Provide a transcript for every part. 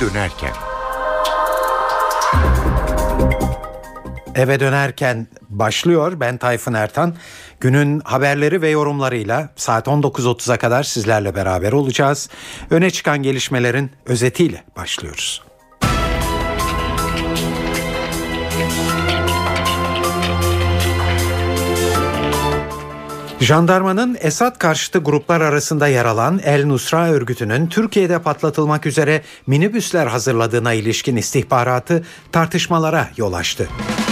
dönerken. Eve dönerken başlıyor. Ben Tayfun Ertan. Günün haberleri ve yorumlarıyla saat 19.30'a kadar sizlerle beraber olacağız. Öne çıkan gelişmelerin özetiyle başlıyoruz. Jandarmanın Esad karşıtı gruplar arasında yer alan El Nusra örgütünün Türkiye'de patlatılmak üzere minibüsler hazırladığına ilişkin istihbaratı tartışmalara yol açtı.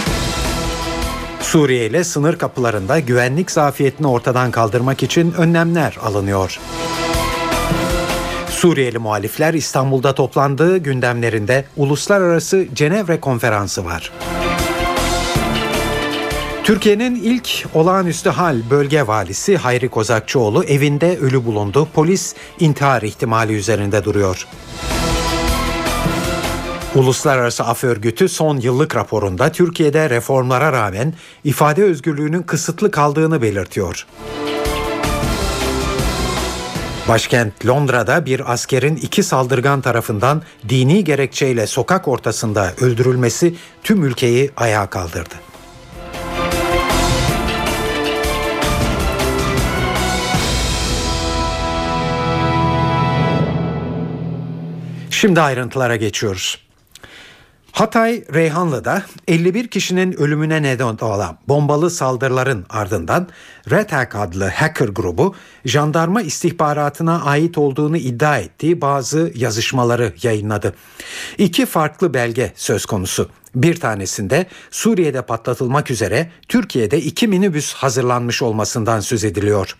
Suriye ile sınır kapılarında güvenlik zafiyetini ortadan kaldırmak için önlemler alınıyor. Suriyeli muhalifler İstanbul'da toplandığı gündemlerinde Uluslararası Cenevre Konferansı var. Türkiye'nin ilk olağanüstü hal bölge valisi Hayri Kozakçıoğlu evinde ölü bulundu. Polis intihar ihtimali üzerinde duruyor. Uluslararası Af Örgütü son yıllık raporunda Türkiye'de reformlara rağmen ifade özgürlüğünün kısıtlı kaldığını belirtiyor. Başkent Londra'da bir askerin 2 saldırgan tarafından dini gerekçeyle sokak ortasında öldürülmesi tüm ülkeyi ayağa kaldırdı. Şimdi ayrıntılara geçiyoruz. Hatay Reyhanlı'da 51 kişinin ölümüne neden olan bombalı saldırıların ardından Red Hack adlı hacker grubu jandarma istihbaratına ait olduğunu iddia ettiği bazı yazışmaları yayınladı. 2 farklı belge söz konusu. Bir tanesinde Suriye'de patlatılmak üzere Türkiye'de 2 minibüs hazırlanmış olmasından söz ediliyor.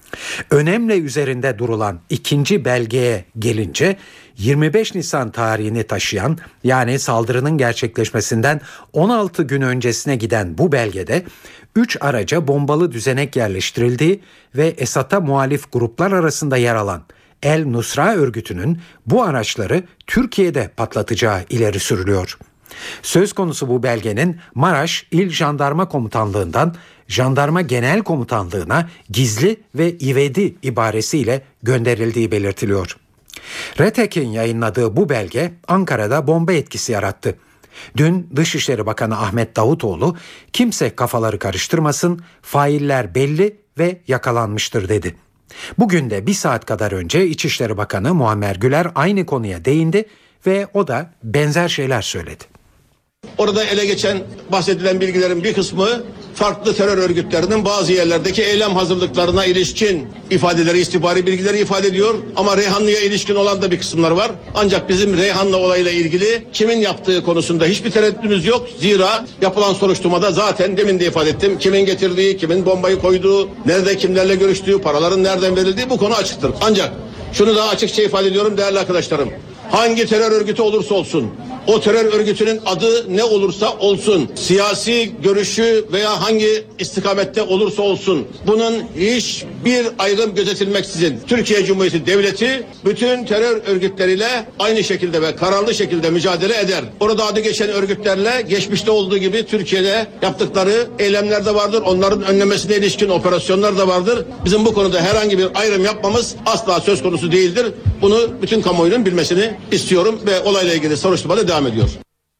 Önemli üzerinde durulan ikinci belgeye gelince 25 Nisan tarihini taşıyan, yani saldırının gerçekleşmesinden 16 gün öncesine giden bu belgede 3 araca bombalı düzenek yerleştirildiği ve Esad'a muhalif gruplar arasında yer alan El Nusra örgütünün bu araçları Türkiye'de patlatacağı ileri sürülüyor. Söz konusu bu belgenin Maraş İl Jandarma Komutanlığı'ndan Jandarma Genel Komutanlığı'na gizli ve ivedi ibaresiyle gönderildiği belirtiliyor. RETEK'in yayınladığı bu belge Ankara'da bomba etkisi yarattı. Dün Dışişleri Bakanı Ahmet Davutoğlu, "Kimse kafaları karıştırmasın, failler belli ve yakalanmıştır" dedi. Bugün de 1 saat kadar önce İçişleri Bakanı Muammer Güler aynı konuya değindi ve o da benzer şeyler söyledi. Orada ele geçen, bahsedilen bilgilerin bir kısmı farklı terör örgütlerinin bazı yerlerdeki eylem hazırlıklarına ilişkin ifadeleri, istihbari bilgileri ifade ediyor. Ama Reyhanlı'ya ilişkin olan da bir kısımlar var. Ancak bizim Reyhanlı olayla ilgili kimin yaptığı konusunda hiçbir tereddütümüz yok. Zira yapılan soruşturmada zaten demin de ifade ettim. Kimin getirdiği, kimin bombayı koyduğu, nerede kimlerle görüştüğü, paraların nereden verildiği bu konu açıktır. Ancak şunu daha açıkça ifade ediyorum değerli arkadaşlarım. Hangi terör örgütü olursa olsun, o terör örgütünün adı ne olursa olsun, siyasi görüşü veya hangi istikamette olursa olsun, bunun hiçbir ayrım gözetilmeksizin Türkiye Cumhuriyeti Devleti bütün terör örgütleriyle aynı şekilde ve kararlı şekilde mücadele eder. Orada adı geçen örgütlerle geçmişte olduğu gibi Türkiye'de yaptıkları eylemler de vardır. Onların önlemesine ilişkin operasyonlar da vardır. Bizim bu konuda herhangi bir ayrım yapmamız asla söz konusu değildir. Bunu bütün kamuoyunun bilmesini istiyorum ve olayla ilgili soruşturma da devam ediyor.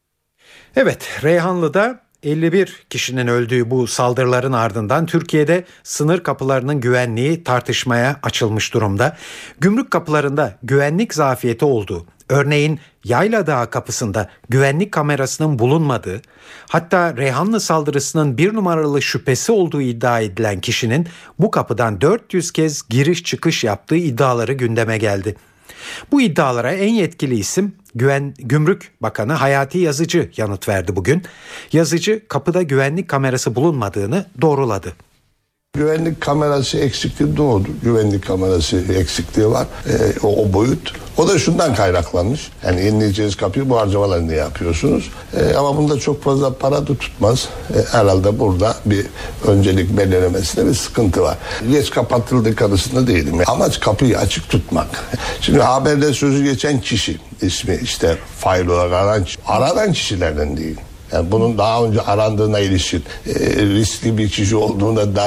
Evet, Reyhanlı'da 51 kişinin öldüğü bu saldırıların ardından Türkiye'de sınır kapılarının güvenliği tartışmaya açılmış durumda. Gümrük kapılarında güvenlik zafiyeti olduğu, örneğin Yayladağ kapısında güvenlik kamerasının bulunmadığı, hatta Reyhanlı saldırısının 1 numaralı şüphesi olduğu iddia edilen kişinin bu kapıdan 400 kez giriş çıkış yaptığı iddiaları gündeme geldi. Bu iddialara en yetkili isim Gümrük Bakanı Hayati Yazıcı yanıt verdi bugün. Yazıcı kapıda güvenlik kamerası bulunmadığını doğruladı. Güvenlik kamerası eksikliği doğru. Güvenlik kamerası eksikliği var. O boyut. O da şundan kaynaklanmış. Yani yenileyeceğiz kapıyı, bu harcamaları niye yapıyorsunuz? Ama bunda çok fazla para da tutmaz. Herhalde burada bir öncelik belirlemesinde bir sıkıntı var. Geç kapatıldığı kanısında değilim. Amaç kapıyı açık tutmak. Şimdi haberde sözü geçen kişi, ismi işte fail olarak aranan kişilerden değil. Yani bunun daha önce arandığına ilişkin riskli bir kişi olduğuna dair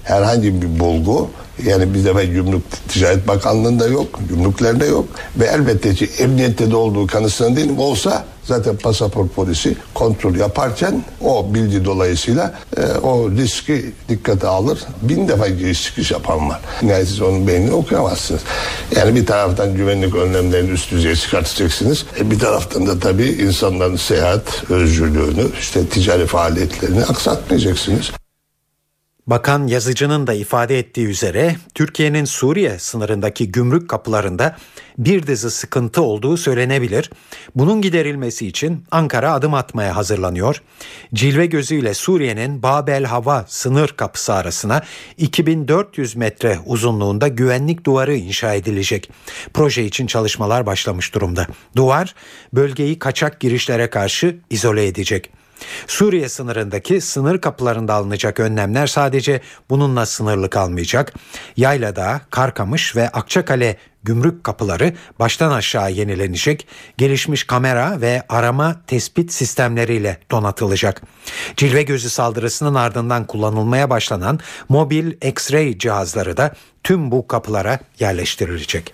herhangi bir bulgu, yani bir defa Gümrük Ticaret Bakanlığı'nda yok, gümrüklerde yok ve elbette ki emniyette de olduğu kanısında değilim. Olsa zaten pasaport polisi kontrol yaparken o bilgi dolayısıyla o riski dikkate alır. 1000 defa giriş çıkış yapan var. Yani siz onun beynini okuyamazsınız. Yani bir taraftan güvenlik önlemlerini üst düzeye çıkartacaksınız. Bir taraftan da tabii insanların seyahat özgürlüğünü, işte ticari faaliyetlerini aksatmayacaksınız. Bakan Yazıcı'nın da ifade ettiği üzere Türkiye'nin Suriye sınırındaki gümrük kapılarında bir dizi sıkıntı olduğu söylenebilir. Bunun giderilmesi için Ankara adım atmaya hazırlanıyor. Cilve gözüyle Suriye'nin Bab el Hava sınır kapısı arasına 2400 metre uzunluğunda güvenlik duvarı inşa edilecek. Proje için çalışmalar başlamış durumda. Duvar bölgeyi kaçak girişlere karşı izole edecek. Suriye sınırındaki sınır kapılarında alınacak önlemler sadece bununla sınırlı kalmayacak. Yayladağ, Karkamış ve Akçakale gümrük kapıları baştan aşağı yenilenecek, gelişmiş kamera ve arama tespit sistemleriyle donatılacak. Cilve gözü saldırısının ardından kullanılmaya başlanan mobil X-ray cihazları da tüm bu kapılara yerleştirilecek.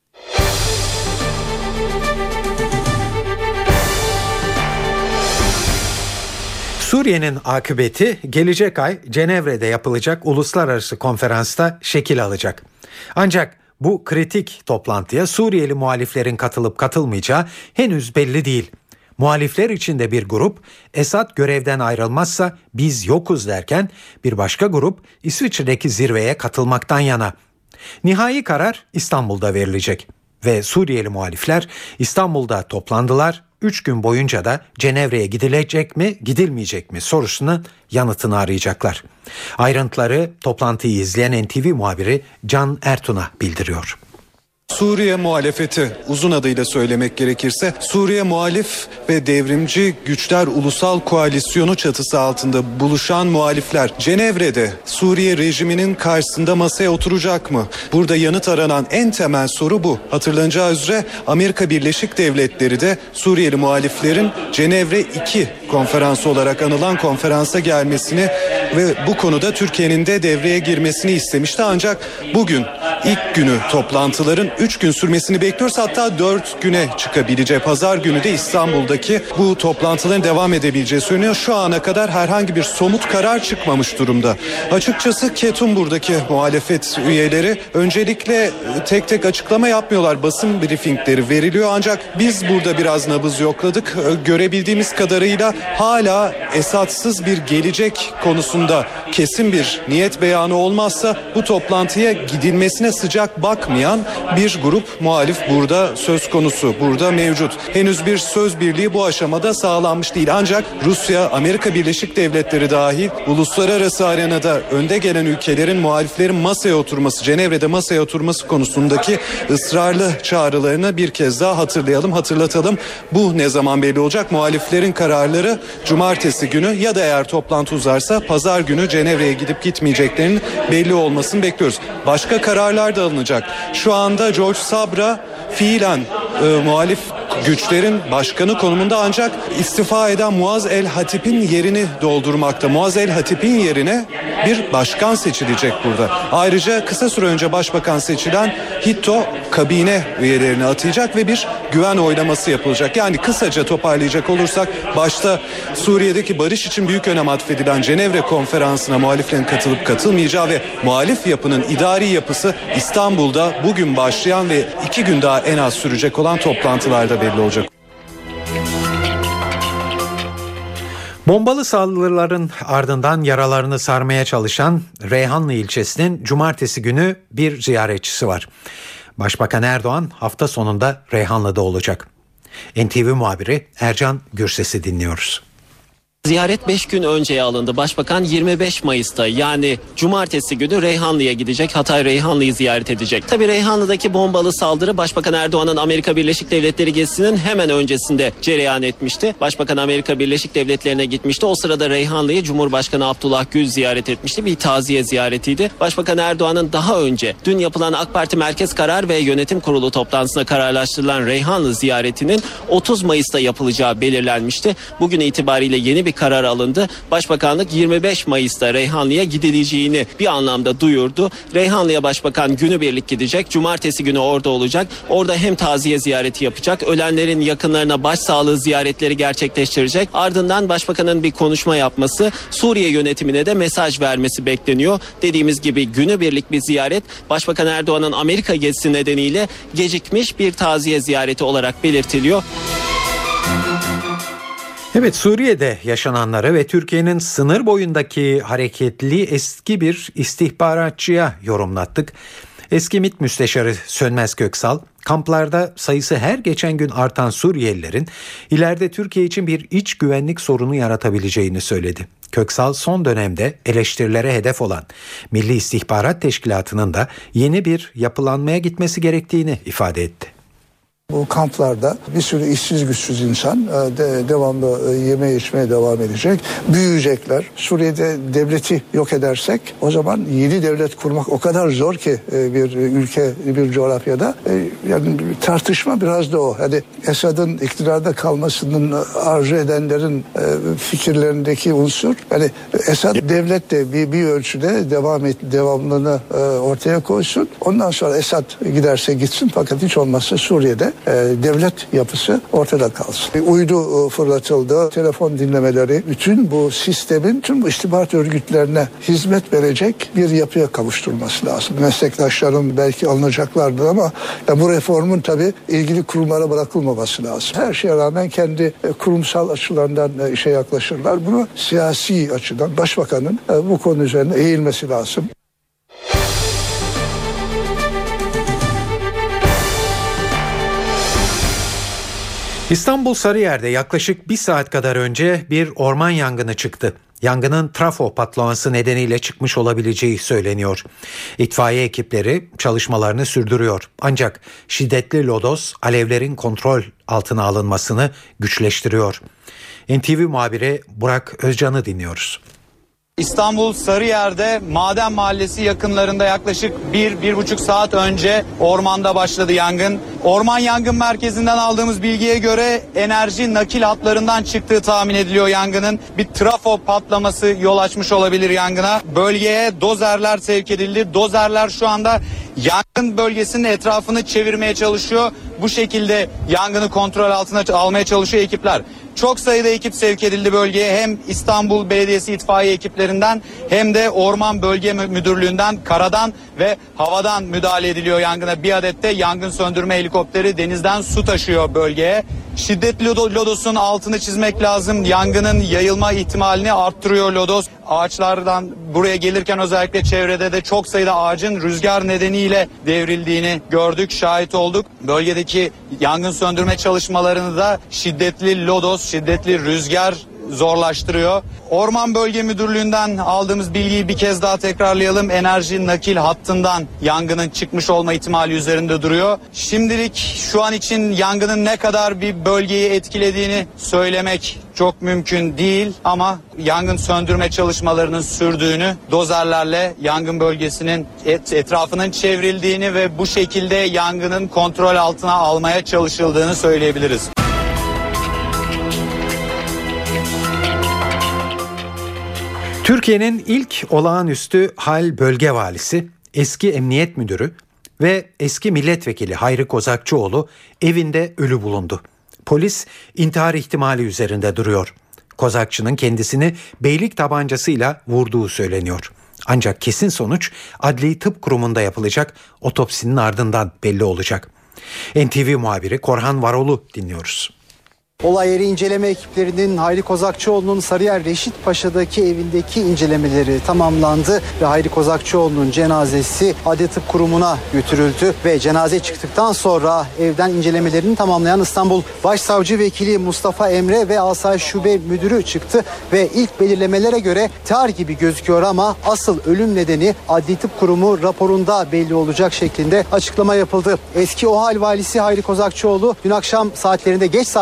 Suriye'nin akıbeti gelecek ay Cenevre'de yapılacak uluslararası konferansta şekil alacak. Ancak bu kritik toplantıya Suriyeli muhaliflerin katılıp katılmayacağı henüz belli değil. Muhalifler içinde bir grup Esad görevden ayrılmazsa biz yokuz derken bir başka grup İsviçre'deki zirveye katılmaktan yana. Nihai karar İstanbul'da verilecek ve Suriyeli muhalifler İstanbul'da toplandılar. 3 gün boyunca da Cenevre'ye gidilecek mi, gidilmeyecek mi sorusunun yanıtını arayacaklar. Ayrıntıları toplantıyı izleyen NTV muhabiri Can Ertun'a bildiriyor. Suriye muhalefeti, uzun adıyla söylemek gerekirse Suriye Muhalif ve Devrimci Güçler Ulusal Koalisyonu çatısı altında buluşan muhalifler Cenevre'de Suriye rejiminin karşısında masaya oturacak mı? Burada yanıt aranan en temel soru bu. Hatırlanacağı üzere Amerika Birleşik Devletleri de Suriyeli muhaliflerin Cenevre 2 konferansı olarak anılan konferansa gelmesini ve bu konuda Türkiye'nin de devreye girmesini istemişti. Ancak bugün ilk günü toplantıların 3 gün sürmesini bekliyoruz. Hatta 4 güne çıkabileceği, pazar günü de İstanbul'daki bu toplantıların devam edebileceği söyleniyor. Şu ana kadar herhangi bir somut karar çıkmamış durumda. Açıkçası Ketumbur'daki muhalefet üyeleri öncelikle tek tek açıklama yapmıyorlar. Basın briefingleri veriliyor ancak biz burada biraz nabız yokladık. Görebildiğimiz kadarıyla hala Esad'sız bir gelecek konusunda kesin bir niyet beyanı olmazsa bu toplantıya gidilmesine sıcak bakmayan bir grup muhalif burada söz konusu, burada mevcut. Henüz bir söz birliği bu aşamada sağlanmış değil. Ancak Rusya, Amerika Birleşik Devletleri dahil uluslararası arenada önde gelen ülkelerin muhaliflerin masaya oturması, Cenevre'de masaya oturması konusundaki ısrarlı çağrılarını bir kez daha hatırlatalım. Bu ne zaman belli olacak? Muhaliflerin kararları cumartesi günü ya da eğer toplantı uzarsa pazar günü Cenevre'ye gidip gitmeyeceklerinin belli olmasını bekliyoruz. Başka kararlar da alınacak. Şu anda George Sabra fiilen muhalif güçlerin başkanı konumunda ancak istifa eden Muaz El Hatip'in yerini doldurmakta. Muaz El Hatip'in yerine bir başkan seçilecek burada. Ayrıca kısa süre önce başbakan seçilen Hitto kabine üyelerini atayacak ve bir güven oylaması yapılacak. Yani kısaca toparlayacak olursak başta Suriye'deki barış için büyük önem atfedilen Cenevre konferansına muhaliflerin katılıp katılmayacağı ve muhalif yapının idari yapısı İstanbul'da bugün başlayan ve 2 gün daha en az sürecek olan toplantılarda belli olacak. Bombalı saldırıların ardından yaralarını sarmaya çalışan Reyhanlı ilçesinin cumartesi günü bir ziyaretçisi var. Başbakan Erdoğan hafta sonunda Reyhanlı'da olacak. NTV muhabiri Ercan Gürses'i dinliyoruz. Ziyaret 5 gün önceye alındı. Başbakan 25 Mayıs'ta yani cumartesi günü Reyhanlı'ya gidecek. Hatay Reyhanlı'yı ziyaret edecek. Tabii Reyhanlı'daki bombalı saldırı Başbakan Erdoğan'ın Amerika Birleşik Devletleri gezisinin hemen öncesinde cereyan etmişti. Başbakan Amerika Birleşik Devletleri'ne gitmişti. O sırada Reyhanlı'yı Cumhurbaşkanı Abdullah Gül ziyaret etmişti. Bir taziye ziyaretiydi. Başbakan Erdoğan'ın daha önce dün yapılan AK Parti Merkez Karar ve Yönetim Kurulu toplantısına kararlaştırılan Reyhanlı ziyaretinin 30 Mayıs'ta yapılacağı belirlenmişti. Bugün itibariyle yeni bir bir karar alındı. Başbakanlık 25 Mayıs'ta Reyhanlı'ya gidileceğini bir anlamda duyurdu. Reyhanlı'ya Başbakan günübirlik gidecek. Cumartesi günü orada olacak. Orada hem taziye ziyareti yapacak, ölenlerin yakınlarına başsağlığı ziyaretleri gerçekleştirecek. Ardından Başbakanın bir konuşma yapması, Suriye yönetimine de mesaj vermesi bekleniyor. Dediğimiz gibi günübirlik bir ziyaret, Başbakan Erdoğan'ın Amerika gezisi nedeniyle gecikmiş bir taziye ziyareti olarak belirtiliyor. Evet, Suriye'de yaşananları ve Türkiye'nin sınır boyundaki hareketliliği eski bir istihbaratçıya yorumlattık. Eski MİT Müsteşarı Sönmez Köksal, kamplarda sayısı her geçen gün artan Suriyelilerin ileride Türkiye için bir iç güvenlik sorunu yaratabileceğini söyledi. Köksal son dönemde eleştirilere hedef olan Milli İstihbarat Teşkilatı'nın da yeni bir yapılanmaya gitmesi gerektiğini ifade etti. Bu kamplarda bir sürü işsiz güçsüz insan devamlı yeme içmeye devam edecek. Büyüyecekler. Suriye'de devleti yok edersek o zaman yeni devlet kurmak o kadar zor ki bir ülke, bir coğrafyada. Yani tartışma biraz da o. Hani Esad'ın iktidarda kalmasının arzu edenlerin fikirlerindeki unsur. Yani Esad devlet de bir ölçüde devamlılığını ortaya koysun. Ondan sonra Esad giderse gitsin, fakat hiç olmazsa Suriye'de devlet yapısı ortada kalsın. Uydu fırlatıldı, telefon dinlemeleri, bütün bu sistemin tüm bu istihbarat örgütlerine hizmet verecek bir yapıya kavuşturulması lazım. Meslektaşlarım belki alınacaklardır ama bu reformun tabii ilgili kurumlara bırakılmaması lazım. Her şeye rağmen kendi kurumsal açılarından işe yaklaşırlar. Bunu siyasi açıdan Başbakanın bu konu üzerine eğilmesi lazım. İstanbul Sarıyer'de yaklaşık bir saat kadar önce bir orman yangını çıktı. Yangının trafo patlaması nedeniyle çıkmış olabileceği söyleniyor. İtfaiye ekipleri çalışmalarını sürdürüyor. Ancak şiddetli lodos alevlerin kontrol altına alınmasını güçleştiriyor. NTV muhabiri Burak Özcan'ı dinliyoruz. İstanbul Sarıyer'de Maden Mahallesi yakınlarında yaklaşık 1-1,5 saat önce ormanda başladı yangın. Orman Yangın Merkezi'nden aldığımız bilgiye göre enerji nakil hatlarından çıktığı tahmin ediliyor yangının. Bir trafo patlaması yol açmış olabilir yangına. Bölgeye dozerler sevk edildi. Dozerler şu anda yangın bölgesinin etrafını çevirmeye çalışıyor. Bu şekilde yangını kontrol altına almaya çalışıyor ekipler. Çok sayıda ekip sevk edildi bölgeye. Hem İstanbul Belediyesi itfaiye ekiplerinden hem de Orman Bölge Müdürlüğü'nden karadan ve havadan müdahale ediliyor yangına. Bir adet de yangın söndürme helikopteri denizden su taşıyor bölgeye. Şiddetli lodosun altını çizmek lazım. Yangının yayılma ihtimalini arttırıyor lodos. Ağaçlardan buraya gelirken özellikle çevrede de çok sayıda ağacın rüzgar nedeniyle devrildiğini gördük, şahit olduk. Bölgedeki yangın söndürme çalışmalarını da şiddetli lodos, şiddetli rüzgar zorlaştırıyor. Orman Bölge Müdürlüğü'nden aldığımız bilgiyi bir kez daha tekrarlayalım. Enerji nakil hattından yangının çıkmış olma ihtimali üzerinde duruyor. Şimdilik şu an için yangının ne kadar bir bölgeyi etkilediğini söylemek çok mümkün değil ama yangın söndürme çalışmalarının sürdüğünü, dozerlerle yangın bölgesinin etrafının çevrildiğini ve bu şekilde yangının kontrol altına almaya çalışıldığını söyleyebiliriz. Türkiye'nin ilk olağanüstü hal bölge valisi, eski emniyet müdürü ve eski milletvekili Hayri Kozakçıoğlu evinde ölü bulundu. Polis intihar ihtimali üzerinde duruyor. Kozakçı'nın kendisini beylik tabancasıyla vurduğu söyleniyor. Ancak kesin sonuç Adli Tıp Kurumu'nda yapılacak otopsinin ardından belli olacak. NTV muhabiri Korhan Varol'u dinliyoruz. Olay yeri inceleme ekiplerinin Hayri Kozakçıoğlu'nun Sarıyer Reşit Paşa'daki evindeki incelemeleri tamamlandı ve Hayri Kozakçıoğlu'nun cenazesi Adli Tıp Kurumu'na götürüldü ve cenaze çıktıktan sonra evden incelemelerini tamamlayan İstanbul Başsavcı Vekili Mustafa Emre ve Asayiş Şube Müdürü çıktı ve ilk belirlemelere göre intihar gibi gözüküyor ama asıl ölüm nedeni Adli Tıp Kurumu raporunda belli olacak şeklinde açıklama yapıldı. Eski OHAL valisi Hayri Kozakçıoğlu dün akşam saatlerinde, geç saatlerde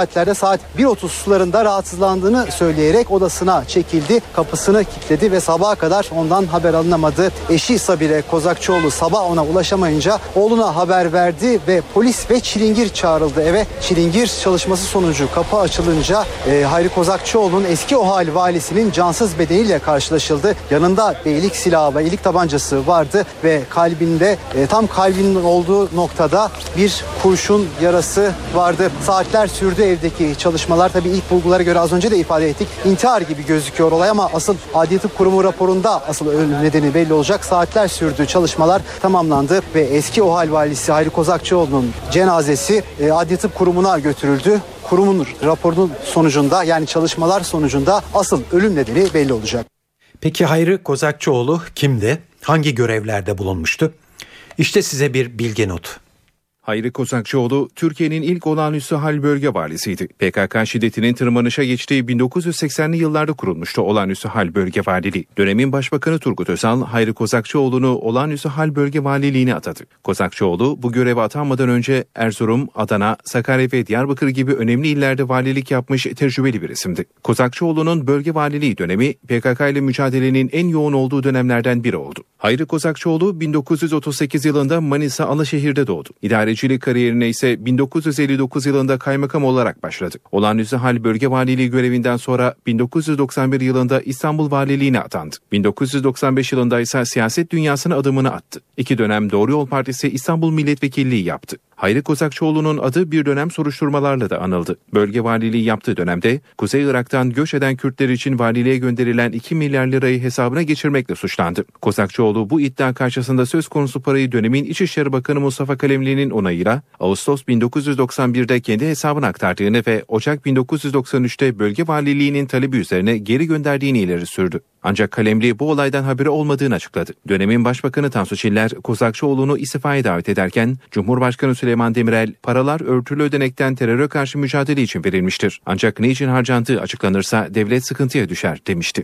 saat 1.30 sularında rahatsızlandığını söyleyerek odasına çekildi. Kapısını kilitledi ve sabaha kadar ondan haber alınamadı. Eşi Sabire Kozakçıoğlu sabah ona ulaşamayınca oğluna haber verdi ve polis ve çilingir çağrıldı eve. Çilingir çalışması sonucu kapı açılınca Hayri Kozakçıoğlu'nun eski OHAL valisinin cansız bedeniyle karşılaşıldı. Yanında beylik silahı ve beylik tabancası vardı ve kalbinde tam kalbinin olduğu noktada bir kurşun yarası vardı. Saatler sürdü evdeki çalışmalar. Tabii ilk bulgulara göre az önce de ifade ettik. İntihar gibi gözüküyor olay ama asıl Adli Tıp Kurumu raporunda asıl ölüm nedeni belli olacak. Saatler sürdü. Çalışmalar tamamlandı ve eski OHAL valisi Hayri Kozakçıoğlu'nun cenazesi Adli Tıp Kurumu'na götürüldü. Kurumun raporunun sonucunda, yani çalışmalar sonucunda asıl ölüm nedeni belli olacak. Peki Hayri Kozakçıoğlu kimdi? Hangi görevlerde bulunmuştu? İşte size bir bilgi notu. Hayri Kozakçıoğlu, Türkiye'nin ilk olağanüstü hal bölge valisiydi. PKK şiddetinin tırmanışa geçtiği 1980'li yıllarda kurulmuştu olağanüstü hal bölge valiliği. Dönemin Başbakanı Turgut Özal, Hayri Kozakçıoğlu'nu olağanüstü hal bölge valiliğine atadı. Kozakçıoğlu bu göreve atanmadan önce Erzurum, Adana, Sakarya ve Diyarbakır gibi önemli illerde valilik yapmış tecrübeli bir isimdi. Kozakçıoğlu'nun bölge valiliği dönemi PKK ile mücadelenin en yoğun olduğu dönemlerden biri oldu. Hayri Kozakçıoğlu 1938 yılında Manisa Alaşehir'de doğdu. İdarecilik kariyerine ise 1959 yılında kaymakam olarak başladı. Olağanüstü hal bölge valiliği görevinden sonra 1991 yılında İstanbul valiliğine atandı. 1995 yılında ise siyaset dünyasına adımını attı. 2 dönem Doğru Yol Partisi İstanbul Milletvekilliği yaptı. Hayri Kozakçıoğlu'nun adı bir dönem soruşturmalarla da anıldı. Bölge valiliği yaptığı dönemde Kuzey Irak'tan göç eden Kürtler için valiliğe gönderilen 2 milyar lirayı hesabına geçirmekle suçlandı. Kozakçıoğlu bu iddia karşısında söz konusu parayı dönemin İçişleri Bakanı Mustafa Kalemli'nin onayıyla Ağustos 1991'de kendi hesabına aktardığını ve Ocak 1993'te bölge valiliğinin talebi üzerine geri gönderdiğini ileri sürdü. Ancak Kalemli bu olaydan haberi olmadığını açıkladı. Dönemin Başbakanı Tansu Çiller, Kozakçıoğlu'nu istifaya davet ederken Cumhurbaşkanı Süleyman Demirel, paralar örtülü ödenekten teröre karşı mücadele için verilmiştir. Ancak ne için harcandığı açıklanırsa devlet sıkıntıya düşer demişti.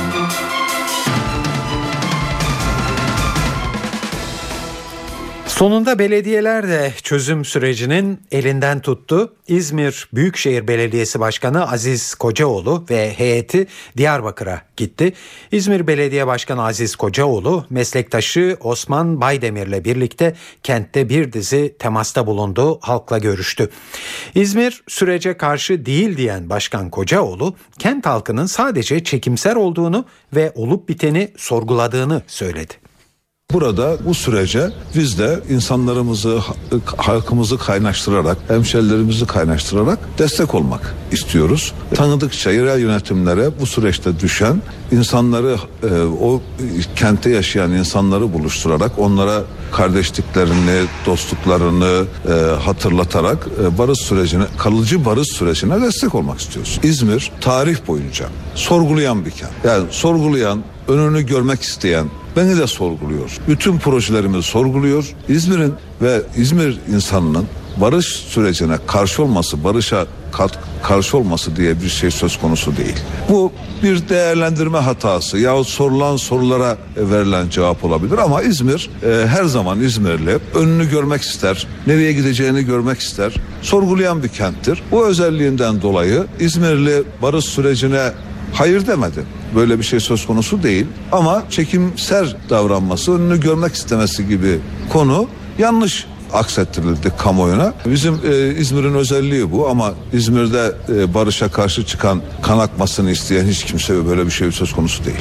Sonunda belediyeler de çözüm sürecinin elinden tuttu. İzmir Büyükşehir Belediyesi Başkanı Aziz Kocaoğlu ve heyeti Diyarbakır'a gitti. İzmir Belediye Başkanı Aziz Kocaoğlu meslektaşı Osman Baydemir'le birlikte kentte bir dizi temasta bulundu, halkla görüştü. İzmir sürece karşı değil diyen Başkan Kocaoğlu, kent halkının sadece çekimser olduğunu ve olup biteni sorguladığını söyledi. Burada bu sürece biz de insanlarımızı, halkımızı kaynaştırarak, hemşerilerimizi kaynaştırarak destek olmak istiyoruz. Tanıdıkça yerel yönetimlere bu süreçte düşen insanları, o kentte yaşayan insanları buluşturarak onlara kardeşliklerini, dostluklarını hatırlatarak barış sürecine, kalıcı barış sürecine destek olmak istiyoruz. İzmir tarih boyunca sorgulayan bir kent. Yani sorgulayan, önünü görmek isteyen, beni de sorguluyor. Bütün projelerimizi sorguluyor. İzmir'in ve İzmir insanının barış sürecine karşı olması, barışa karşı olması diye bir şey söz konusu değil. Bu bir değerlendirme hatası yahut sorulan sorulara verilen cevap olabilir ama İzmir her zaman İzmirli, önünü görmek ister, nereye gideceğini görmek ister, sorgulayan bir kenttir. Bu özelliğinden dolayı İzmirli barış sürecine hayır demedi. Böyle bir şey söz konusu değil ama çekimser davranması, önünü görmek istemesi gibi konu yanlış aksettirildi kamuoyuna. Bizim İzmir'in özelliği bu ama İzmir'de barışa karşı çıkan, kan akmasını isteyen hiç kimse, böyle bir şey söz konusu değil.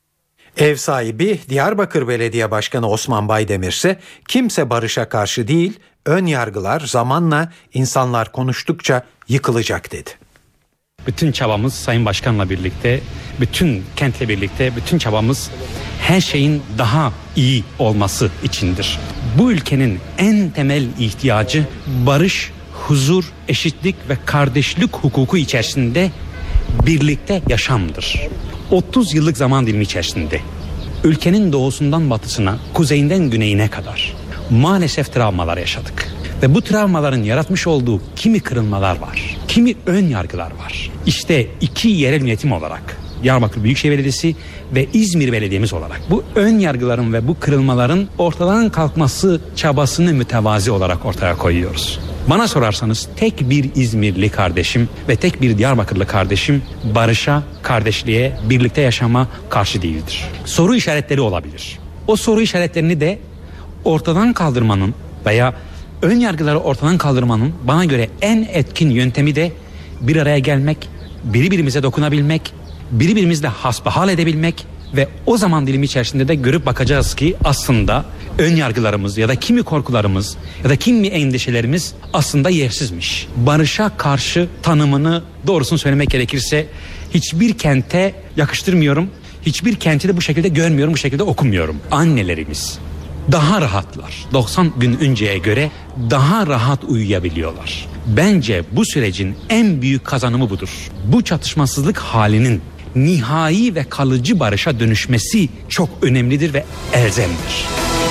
Ev sahibi Diyarbakır Belediye Başkanı Osman Baydemir ise kimse barışa karşı değil, ön yargılar zamanla insanlar konuştukça yıkılacak dedi. Bütün çabamız Sayın Başkan'la birlikte, bütün kentle birlikte, bütün çabamız her şeyin daha iyi olması içindir. Bu ülkenin en temel ihtiyacı barış, huzur, eşitlik ve kardeşlik hukuku içerisinde birlikte yaşamdır. 30 yıllık zaman dilimi içerisinde ülkenin doğusundan batısına, kuzeyinden güneyine kadar maalesef travmalar yaşadık. Ve bu travmaların yaratmış olduğu kimi kırılmalar var, kimi ön yargılar var. İşte 2 yerel yönetim olarak Diyarbakır Büyükşehir Belediyesi ve İzmir Belediye'miz olarak bu ön yargıların ve bu kırılmaların ortadan kalkması çabasını mütevazi olarak ortaya koyuyoruz. Bana sorarsanız tek bir İzmirli kardeşim ve tek bir Diyarbakırlı kardeşim barışa, kardeşliğe, birlikte yaşama karşı değildir. Soru işaretleri olabilir. O soru işaretlerini de ortadan kaldırmanın veya ön yargıları ortadan kaldırmanın bana göre en etkin yöntemi de bir araya gelmek, birbirimize dokunabilmek, birbirimizle hasbihal edebilmek ve o zaman dilimi içerisinde de görüp bakacağız ki aslında ön yargılarımız ya da kimi korkularımız ya da kimi endişelerimiz aslında yersizmiş. Barışa karşı tanımını doğrusunu söylemek gerekirse hiçbir kente yakıştırmıyorum. Hiçbir kenti de bu şekilde görmüyorum, bu şekilde okumuyorum. Annelerimiz daha rahatlar. 90 gün önceye göre daha rahat uyuyabiliyorlar. Bence bu sürecin en büyük kazanımı budur. Bu çatışmasızlık halinin nihai ve kalıcı barışa dönüşmesi çok önemlidir ve elzemdir.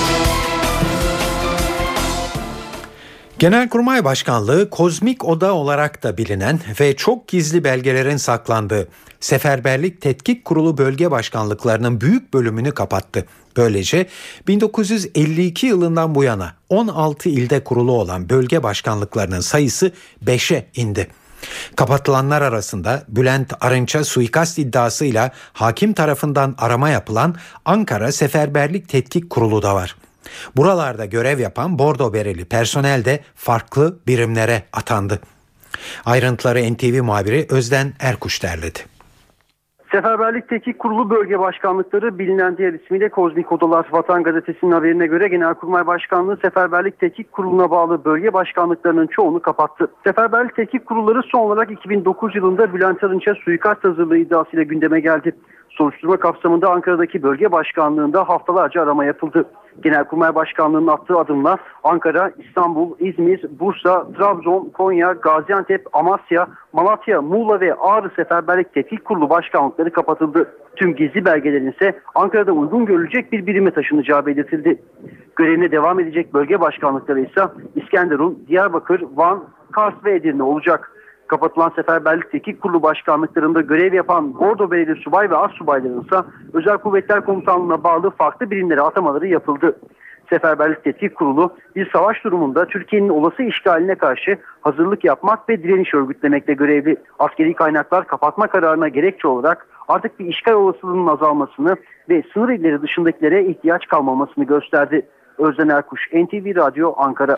Genelkurmay Başkanlığı kozmik oda olarak da bilinen ve çok gizli belgelerin saklandığı Seferberlik Tetkik Kurulu bölge başkanlıklarının büyük bölümünü kapattı. Böylece 1952 yılından bu yana 16 ilde kurulu olan bölge başkanlıklarının sayısı 5'e indi. Kapatılanlar arasında Bülent Arınç'a suikast iddiasıyla hakim tarafından arama yapılan Ankara Seferberlik Tetkik Kurulu da var. Buralarda görev yapan bordo bereli personel de farklı birimlere atandı. Ayrıntıları NTV muhabiri Özden Erkuş derledi. Seferberlik Tetkik Kurulu bölge başkanlıkları bilinen diğer ismiyle Kozmik Odalar. Vatan Gazetesi'nin haberine göre Genelkurmay Başkanlığı Seferberlik Tetkik Kurulu'na bağlı bölge başkanlıklarının çoğunu kapattı. Seferberlik Tetkik Kurulları son olarak 2009 yılında Bülent Arınç'a suikast hazırlığı iddiasıyla gündeme geldi. Soruşturma kapsamında Ankara'daki bölge başkanlığında haftalarca arama yapıldı. Genelkurmay Başkanlığı'nın attığı adımla Ankara, İstanbul, İzmir, Bursa, Trabzon, Konya, Gaziantep, Amasya, Malatya, Muğla ve Ağrı Seferberlik Tetkik Kurulu başkanlıkları kapatıldı. Tüm gizli belgelerin ise Ankara'da uygun görülecek bir birime taşınacağı belirtildi. Görevine devam edecek bölge başkanlıkları ise İskenderun, Diyarbakır, Van, Kars ve Edirne olacak. Kapatılan Seferberlik Tetkik Kurulu başkanlıklarında görev yapan bordo bereli subay ve astsubayların ise Özel Kuvvetler Komutanlığı'na bağlı farklı birimlere atamaları yapıldı. Seferberlik Tetkik Kurulu bir savaş durumunda Türkiye'nin olası işgaline karşı hazırlık yapmak ve direniş örgütlemekle görevli. Askeri kaynaklar kapatma kararına gerekçe olarak artık bir işgal olasılığının azalmasını ve sınır illeri dışındakilere ihtiyaç kalmamasını gösterdi. Özden Erkuş, NTV Radyo, Ankara.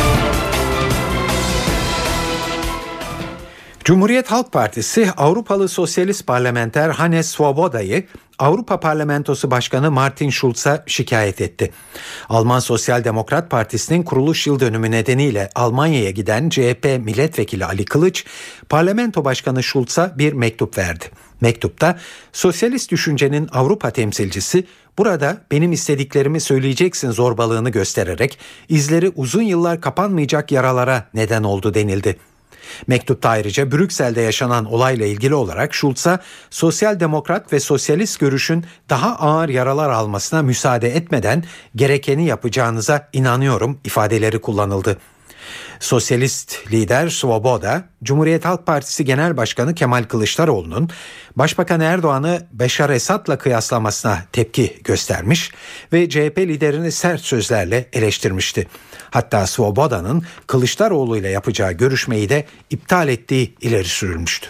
Cumhuriyet Halk Partisi Avrupalı Sosyalist Parlamenter Hannes Svoboda'yı Avrupa Parlamentosu Başkanı Martin Schulz'a şikayet etti. Alman Sosyal Demokrat Partisi'nin kuruluş yıl dönümü nedeniyle Almanya'ya giden CHP milletvekili Ali Kılıç, Parlamento Başkanı Schulz'a bir mektup verdi. Mektupta sosyalist düşüncenin Avrupa temsilcisi burada benim istediklerimi söyleyeceksin zorbalığını göstererek izleri uzun yıllar kapanmayacak yaralara neden oldu denildi. Mektupta ayrıca Brüksel'de yaşanan olayla ilgili olarak Schulz'a sosyal demokrat ve sosyalist görüşün daha ağır yaralar almasına müsaade etmeden gerekeni yapacağınıza inanıyorum ifadeleri kullanıldı. Sosyalist lider Svoboda, Cumhuriyet Halk Partisi Genel Başkanı Kemal Kılıçdaroğlu'nun Başbakan Erdoğan'ı Beşar Esad'la kıyaslamasına tepki göstermiş ve CHP liderini sert sözlerle eleştirmişti. Hatta Svoboda'nın Kılıçdaroğlu ile yapacağı görüşmeyi de iptal ettiği ileri sürülmüştü.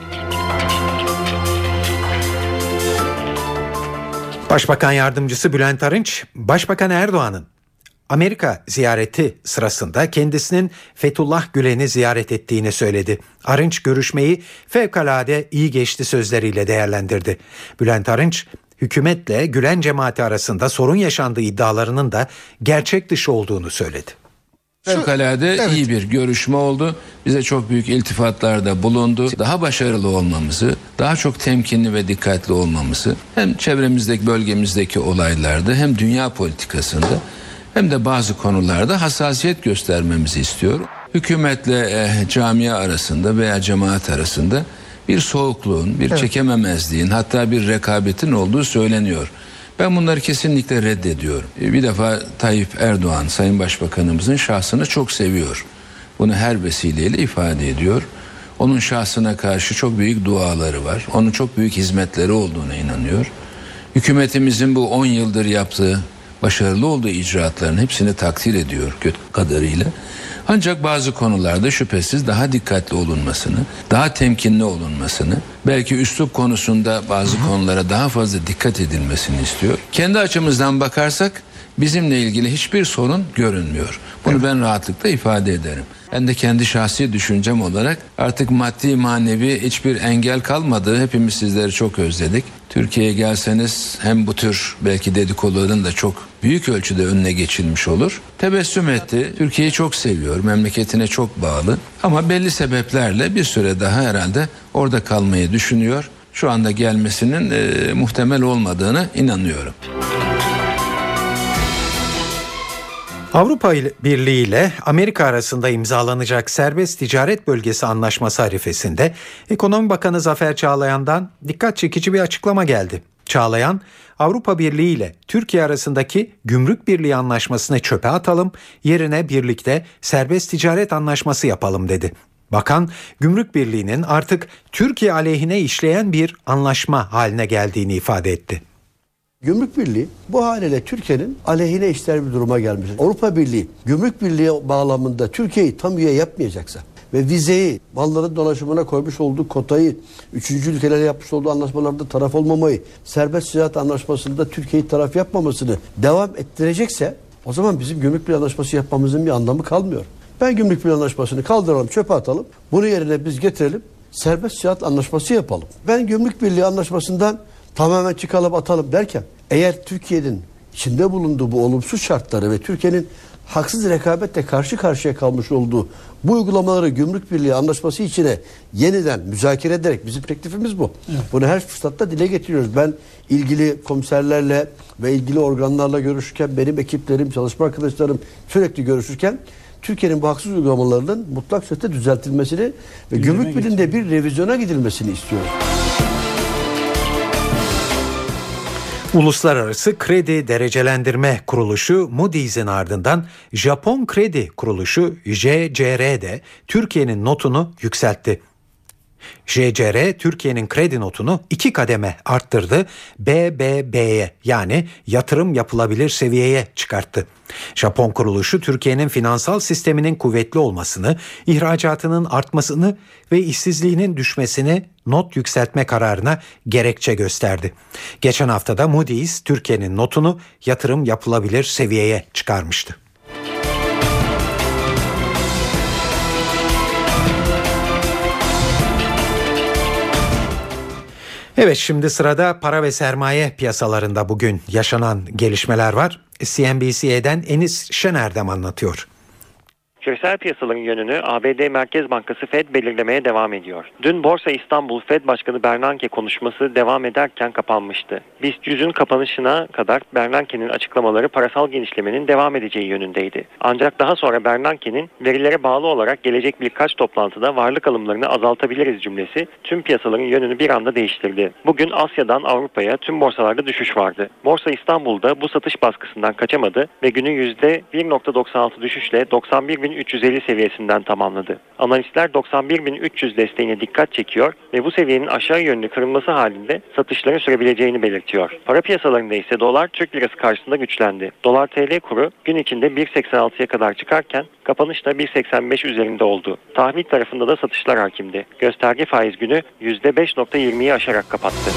Başbakan Yardımcısı Bülent Arınç, Başbakan Erdoğan'ın Amerika ziyareti sırasında kendisinin Fethullah Gülen'i ziyaret ettiğini söyledi. Arınç görüşmeyi fevkalade iyi geçti sözleriyle değerlendirdi. Bülent Arınç, hükümetle Gülen cemaati arasında sorun yaşandığı iddialarının da gerçek dışı olduğunu söyledi. Fevkalade iyi bir görüşme oldu. Bize çok büyük iltifatlarda bulundu. Daha başarılı olmamızı, daha çok temkinli ve dikkatli olmamızı hem çevremizdeki bölgemizdeki olaylarda hem dünya politikasında hem de bazı konularda hassasiyet göstermemizi istiyor. Hükümetle camia arasında veya cemaat arasında bir soğukluğun, bir çekememezliğin, hatta bir rekabetin olduğu söyleniyor. Ben bunları kesinlikle reddediyorum. Bir defa Tayyip Erdoğan, Sayın Başbakanımızın şahsını çok seviyor. Bunu her vesileyle ifade ediyor. Onun şahsına karşı çok büyük duaları var. Onun çok büyük hizmetleri olduğuna inanıyor. Hükümetimizin bu 10 yıldır yaptığı başarılı olduğu icraatların hepsini takdir ediyor kadarıyla. Ancak bazı konularda şüphesiz daha dikkatli olunmasını, daha temkinli olunmasını, belki üslup konusunda bazı konulara daha fazla dikkat edilmesini istiyor. Kendi açımızdan bakarsak bizimle ilgili hiçbir sorun görünmüyor. Bunu ben rahatlıkla ifade ederim. Ben de kendi şahsi düşüncem olarak artık maddi manevi hiçbir engel kalmadı. Hepimiz sizleri çok özledik. Türkiye'ye gelseniz hem bu tür belki dedikoduların da çok büyük ölçüde önüne geçilmiş olur. Tebessüm etti. Türkiye'yi çok seviyor. Memleketine çok bağlı. Ama belli sebeplerle bir süre daha herhalde orada kalmayı düşünüyor. Şu anda gelmesinin muhtemel olmadığını inanıyorum. Avrupa Birliği ile Amerika arasında imzalanacak serbest ticaret bölgesi anlaşması arifesinde Ekonomi Bakanı Zafer Çağlayan'dan dikkat çekici bir açıklama geldi. Çağlayan, Avrupa Birliği ile Türkiye arasındaki Gümrük Birliği anlaşmasını çöpe atalım, yerine birlikte serbest ticaret anlaşması yapalım dedi. Bakan, Gümrük Birliği'nin artık Türkiye aleyhine işleyen bir anlaşma haline geldiğini ifade etti. Gümrük Birliği bu haliyle Türkiye'nin aleyhine işler bir duruma gelmiş. Avrupa Birliği Gümrük Birliği bağlamında Türkiye'yi tam üye yapmayacaksa ve vizeyi, malların dolaşımına koymuş olduğu kotayı, 3. ülkelerle yapmış olduğu anlaşmalarda taraf olmamayı, serbest ticaret anlaşmasında Türkiye'yi taraf yapmamasını devam ettirecekse o zaman bizim Gümrük Birliği anlaşması yapmamızın bir anlamı kalmıyor. Ben Gümrük Birliği anlaşmasını kaldıralım, çöpe atalım. Bunu yerine biz getirelim, serbest ticaret anlaşması yapalım. Ben Gümrük Birliği anlaşmasından tamamen çıkalım atalım derken eğer Türkiye'nin içinde bulunduğu bu olumsuz şartları ve Türkiye'nin haksız rekabetle karşı karşıya kalmış olduğu bu uygulamaları Gümrük Birliği anlaşması içine yeniden müzakere ederek, bizim teklifimiz bu. Evet. Bunu her fırsatta dile getiriyoruz. Ben ilgili komiserlerle ve ilgili organlarla görüşürken, benim ekiplerim, çalışma arkadaşlarım sürekli görüşürken Türkiye'nin bu haksız uygulamalarının mutlak surette düzeltilmesini ve Gümrük Birliği'nde bir revizyona gidilmesini istiyoruz. Uluslararası Kredi Derecelendirme Kuruluşu Moody's'in ardından Japon Kredi Kuruluşu JCR de Türkiye'nin notunu yükseltti. JCR Türkiye'nin kredi notunu 2 kademe arttırdı, BBB'ye yani yatırım yapılabilir seviyeye çıkarttı. Japon kuruluşu Türkiye'nin finansal sisteminin kuvvetli olmasını, ihracatının artmasını ve işsizliğinin düşmesini not yükseltme kararına gerekçe gösterdi. Geçen haftada Moody's Türkiye'nin notunu yatırım yapılabilir seviyeye çıkarmıştı. Evet, şimdi sırada para ve sermaye piyasalarında bugün yaşanan gelişmeler var. CNBC'den Enis Şenerdem anlatıyor. Küresel piyasaların yönünü ABD Merkez Bankası Fed belirlemeye devam ediyor. Dün Borsa İstanbul Fed Başkanı Bernanke konuşması devam ederken kapanmıştı. BIST 100'ün kapanışına kadar Bernanke'nin açıklamaları parasal genişlemenin devam edeceği yönündeydi. Ancak daha sonra Bernanke'nin verilere bağlı olarak gelecek birkaç toplantıda varlık alımlarını azaltabiliriz cümlesi tüm piyasaların yönünü bir anda değiştirdi. Bugün Asya'dan Avrupa'ya tüm borsalarda düşüş vardı. Borsa İstanbul'da bu satış baskısından kaçamadı ve günü %1.96 düşüşle 91.350 seviyesinden tamamladı. Analistler 91.300 desteğine dikkat çekiyor ve bu seviyenin aşağı yönlü kırılması halinde satışların sürebileceğini belirtiyor. Para piyasalarında ise dolar Türk lirası karşısında güçlendi. Dolar TL kuru gün içinde 1.86'ya kadar çıkarken kapanışta 1.85 üzerinde oldu. Tahvil tarafında da satışlar hakimdi. Gösterge faiz günü %5.20'yi aşarak kapattı.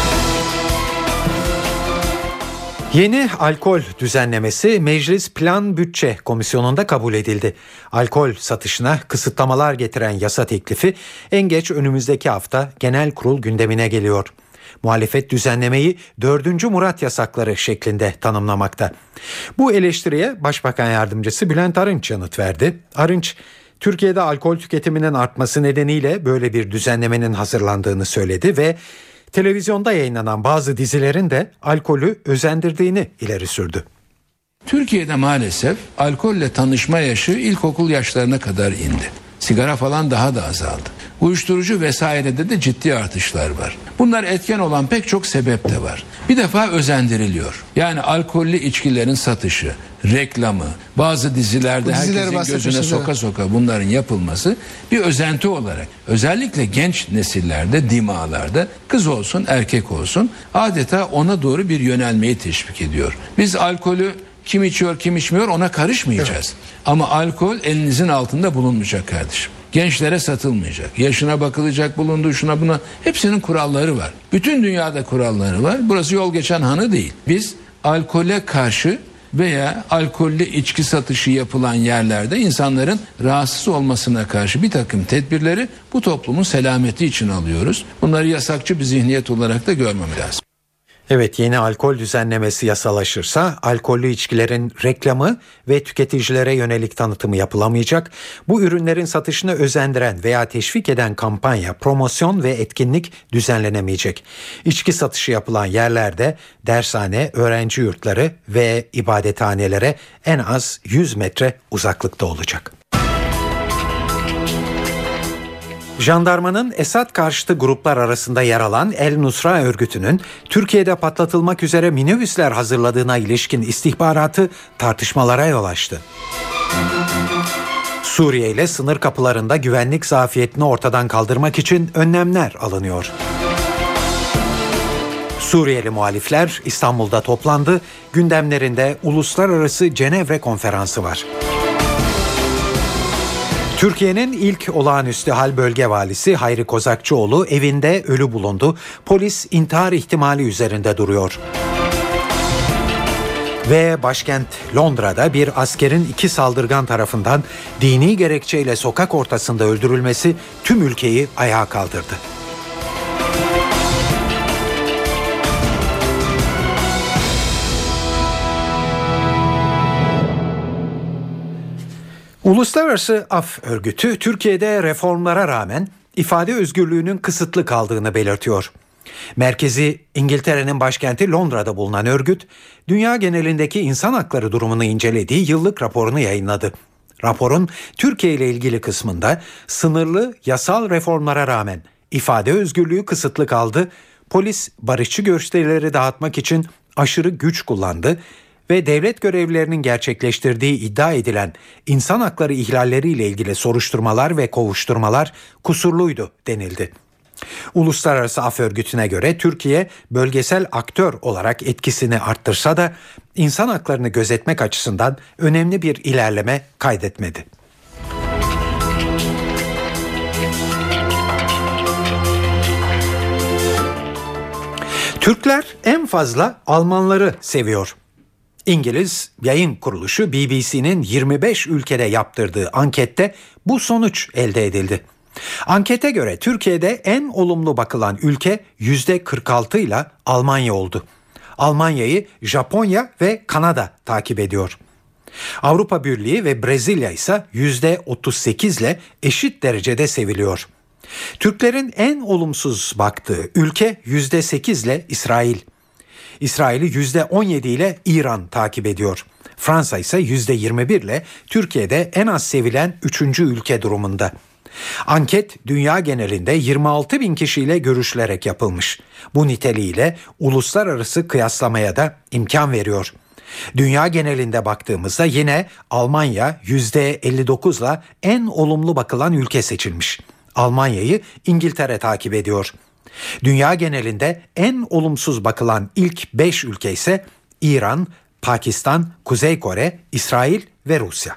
Yeni alkol düzenlemesi Meclis Plan Bütçe Komisyonu'nda kabul edildi. Alkol satışına kısıtlamalar getiren yasa teklifi en geç önümüzdeki hafta Genel Kurul gündemine geliyor. Muhalefet düzenlemeyi 4. Murat yasakları şeklinde tanımlamakta. Bu eleştiriye Başbakan Yardımcısı Bülent Arınç yanıt verdi. Arınç, Türkiye'de alkol tüketiminin artması nedeniyle böyle bir düzenlemenin hazırlandığını söyledi ve televizyonda yayınlanan bazı dizilerin de alkolü özendirdiğini ileri sürdü. Türkiye'de maalesef alkolle tanışma yaşı ilkokul yaşlarına kadar indi. Sigara falan daha da azaldı. Uyuşturucu vesairede de ciddi artışlar var. Bunlar etken olan pek çok sebep de var. Bir defa özendiriliyor. Yani alkollü içkilerin satışı, reklamı, bazı dizilerde herkesin gözüne soka soka bunların yapılması bir özenti olarak özellikle genç nesillerde, dimağlarda kız olsun erkek olsun adeta ona doğru bir yönelmeyi teşvik ediyor. Biz alkolü Kim içiyor, kim içmiyor ona karışmayacağız. Ama alkol elinizin altında bulunmayacak kardeşim. Gençlere satılmayacak. Yaşına bakılacak, bulunduğu şuna buna. Hepsinin kuralları var. Bütün dünyada kuralları var. Burası yol geçen hanı değil. Biz alkole karşı veya alkollü içki satışı yapılan yerlerde insanların rahatsız olmasına karşı bir takım tedbirleri bu toplumun selameti için alıyoruz. Bunları yasakçı bir zihniyet olarak da görmemek lazım. Evet, yeni alkol düzenlemesi yasalaşırsa alkollü içkilerin reklamı ve tüketicilere yönelik tanıtımı yapılamayacak. Bu ürünlerin satışını özendiren veya teşvik eden kampanya, promosyon ve etkinlik düzenlenemeyecek. İçki satışı yapılan yerlerde dershane, öğrenci yurtları ve ibadethanelere en az 100 metre uzaklıkta olacak. Jandarmanın Esad karşıtı gruplar arasında yer alan El Nusra örgütünün Türkiye'de patlatılmak üzere minibüsler hazırladığına ilişkin istihbaratı tartışmalara yol açtı. Suriye ile sınır kapılarında güvenlik zafiyetini ortadan kaldırmak için önlemler alınıyor. Suriyeli muhalifler İstanbul'da toplandı. Gündemlerinde Uluslararası Cenevre Konferansı var. Türkiye'nin ilk olağanüstü hal bölge valisi Hayri Kozakçıoğlu evinde ölü bulundu. Polis intihar ihtimali üzerinde duruyor. Ve başkent Londra'da bir askerin 2 saldırgan tarafından dini gerekçeyle sokak ortasında öldürülmesi tüm ülkeyi ayağa kaldırdı. Uluslararası Af Örgütü Türkiye'de reformlara rağmen ifade özgürlüğünün kısıtlı kaldığını belirtiyor. Merkezi İngiltere'nin başkenti Londra'da bulunan örgüt, dünya genelindeki insan hakları durumunu incelediği yıllık raporunu yayınladı. Raporun Türkiye ile ilgili kısmında sınırlı yasal reformlara rağmen ifade özgürlüğü kısıtlı kaldı, polis barışçı gösterileri dağıtmak için aşırı güç kullandı ve devlet görevlilerinin gerçekleştirdiği iddia edilen insan hakları ihlalleriyle ilgili soruşturmalar ve kovuşturmalar kusurluydu denildi. Uluslararası Af Örgütü'ne göre Türkiye bölgesel aktör olarak etkisini arttırsa da insan haklarını gözetmek açısından önemli bir ilerleme kaydetmedi. Türkler en fazla Almanları seviyor. İngiliz yayın kuruluşu BBC'nin 25 ülkede yaptırdığı ankette bu sonuç elde edildi. Ankete göre Türkiye'de en olumlu bakılan ülke %46 ile Almanya oldu. Almanya'yı Japonya ve Kanada takip ediyor. Avrupa Birliği ve Brezilya ise %38 ile eşit derecede seviliyor. Türklerin en olumsuz baktığı ülke %8 ile İsrail. İsrail'i %17 ile İran takip ediyor. Fransa ise %21 ile Türkiye'de en az sevilen 3. ülke durumunda. Anket dünya genelinde 26 bin kişiyle görüşülerek yapılmış. Bu niteliğiyle uluslararası kıyaslamaya da imkan veriyor. Dünya genelinde baktığımızda yine Almanya %59 ile en olumlu bakılan ülke seçilmiş. Almanya'yı İngiltere takip ediyor. Dünya genelinde en olumsuz bakılan ilk 5 ülke ise İran, Pakistan, Kuzey Kore, İsrail ve Rusya.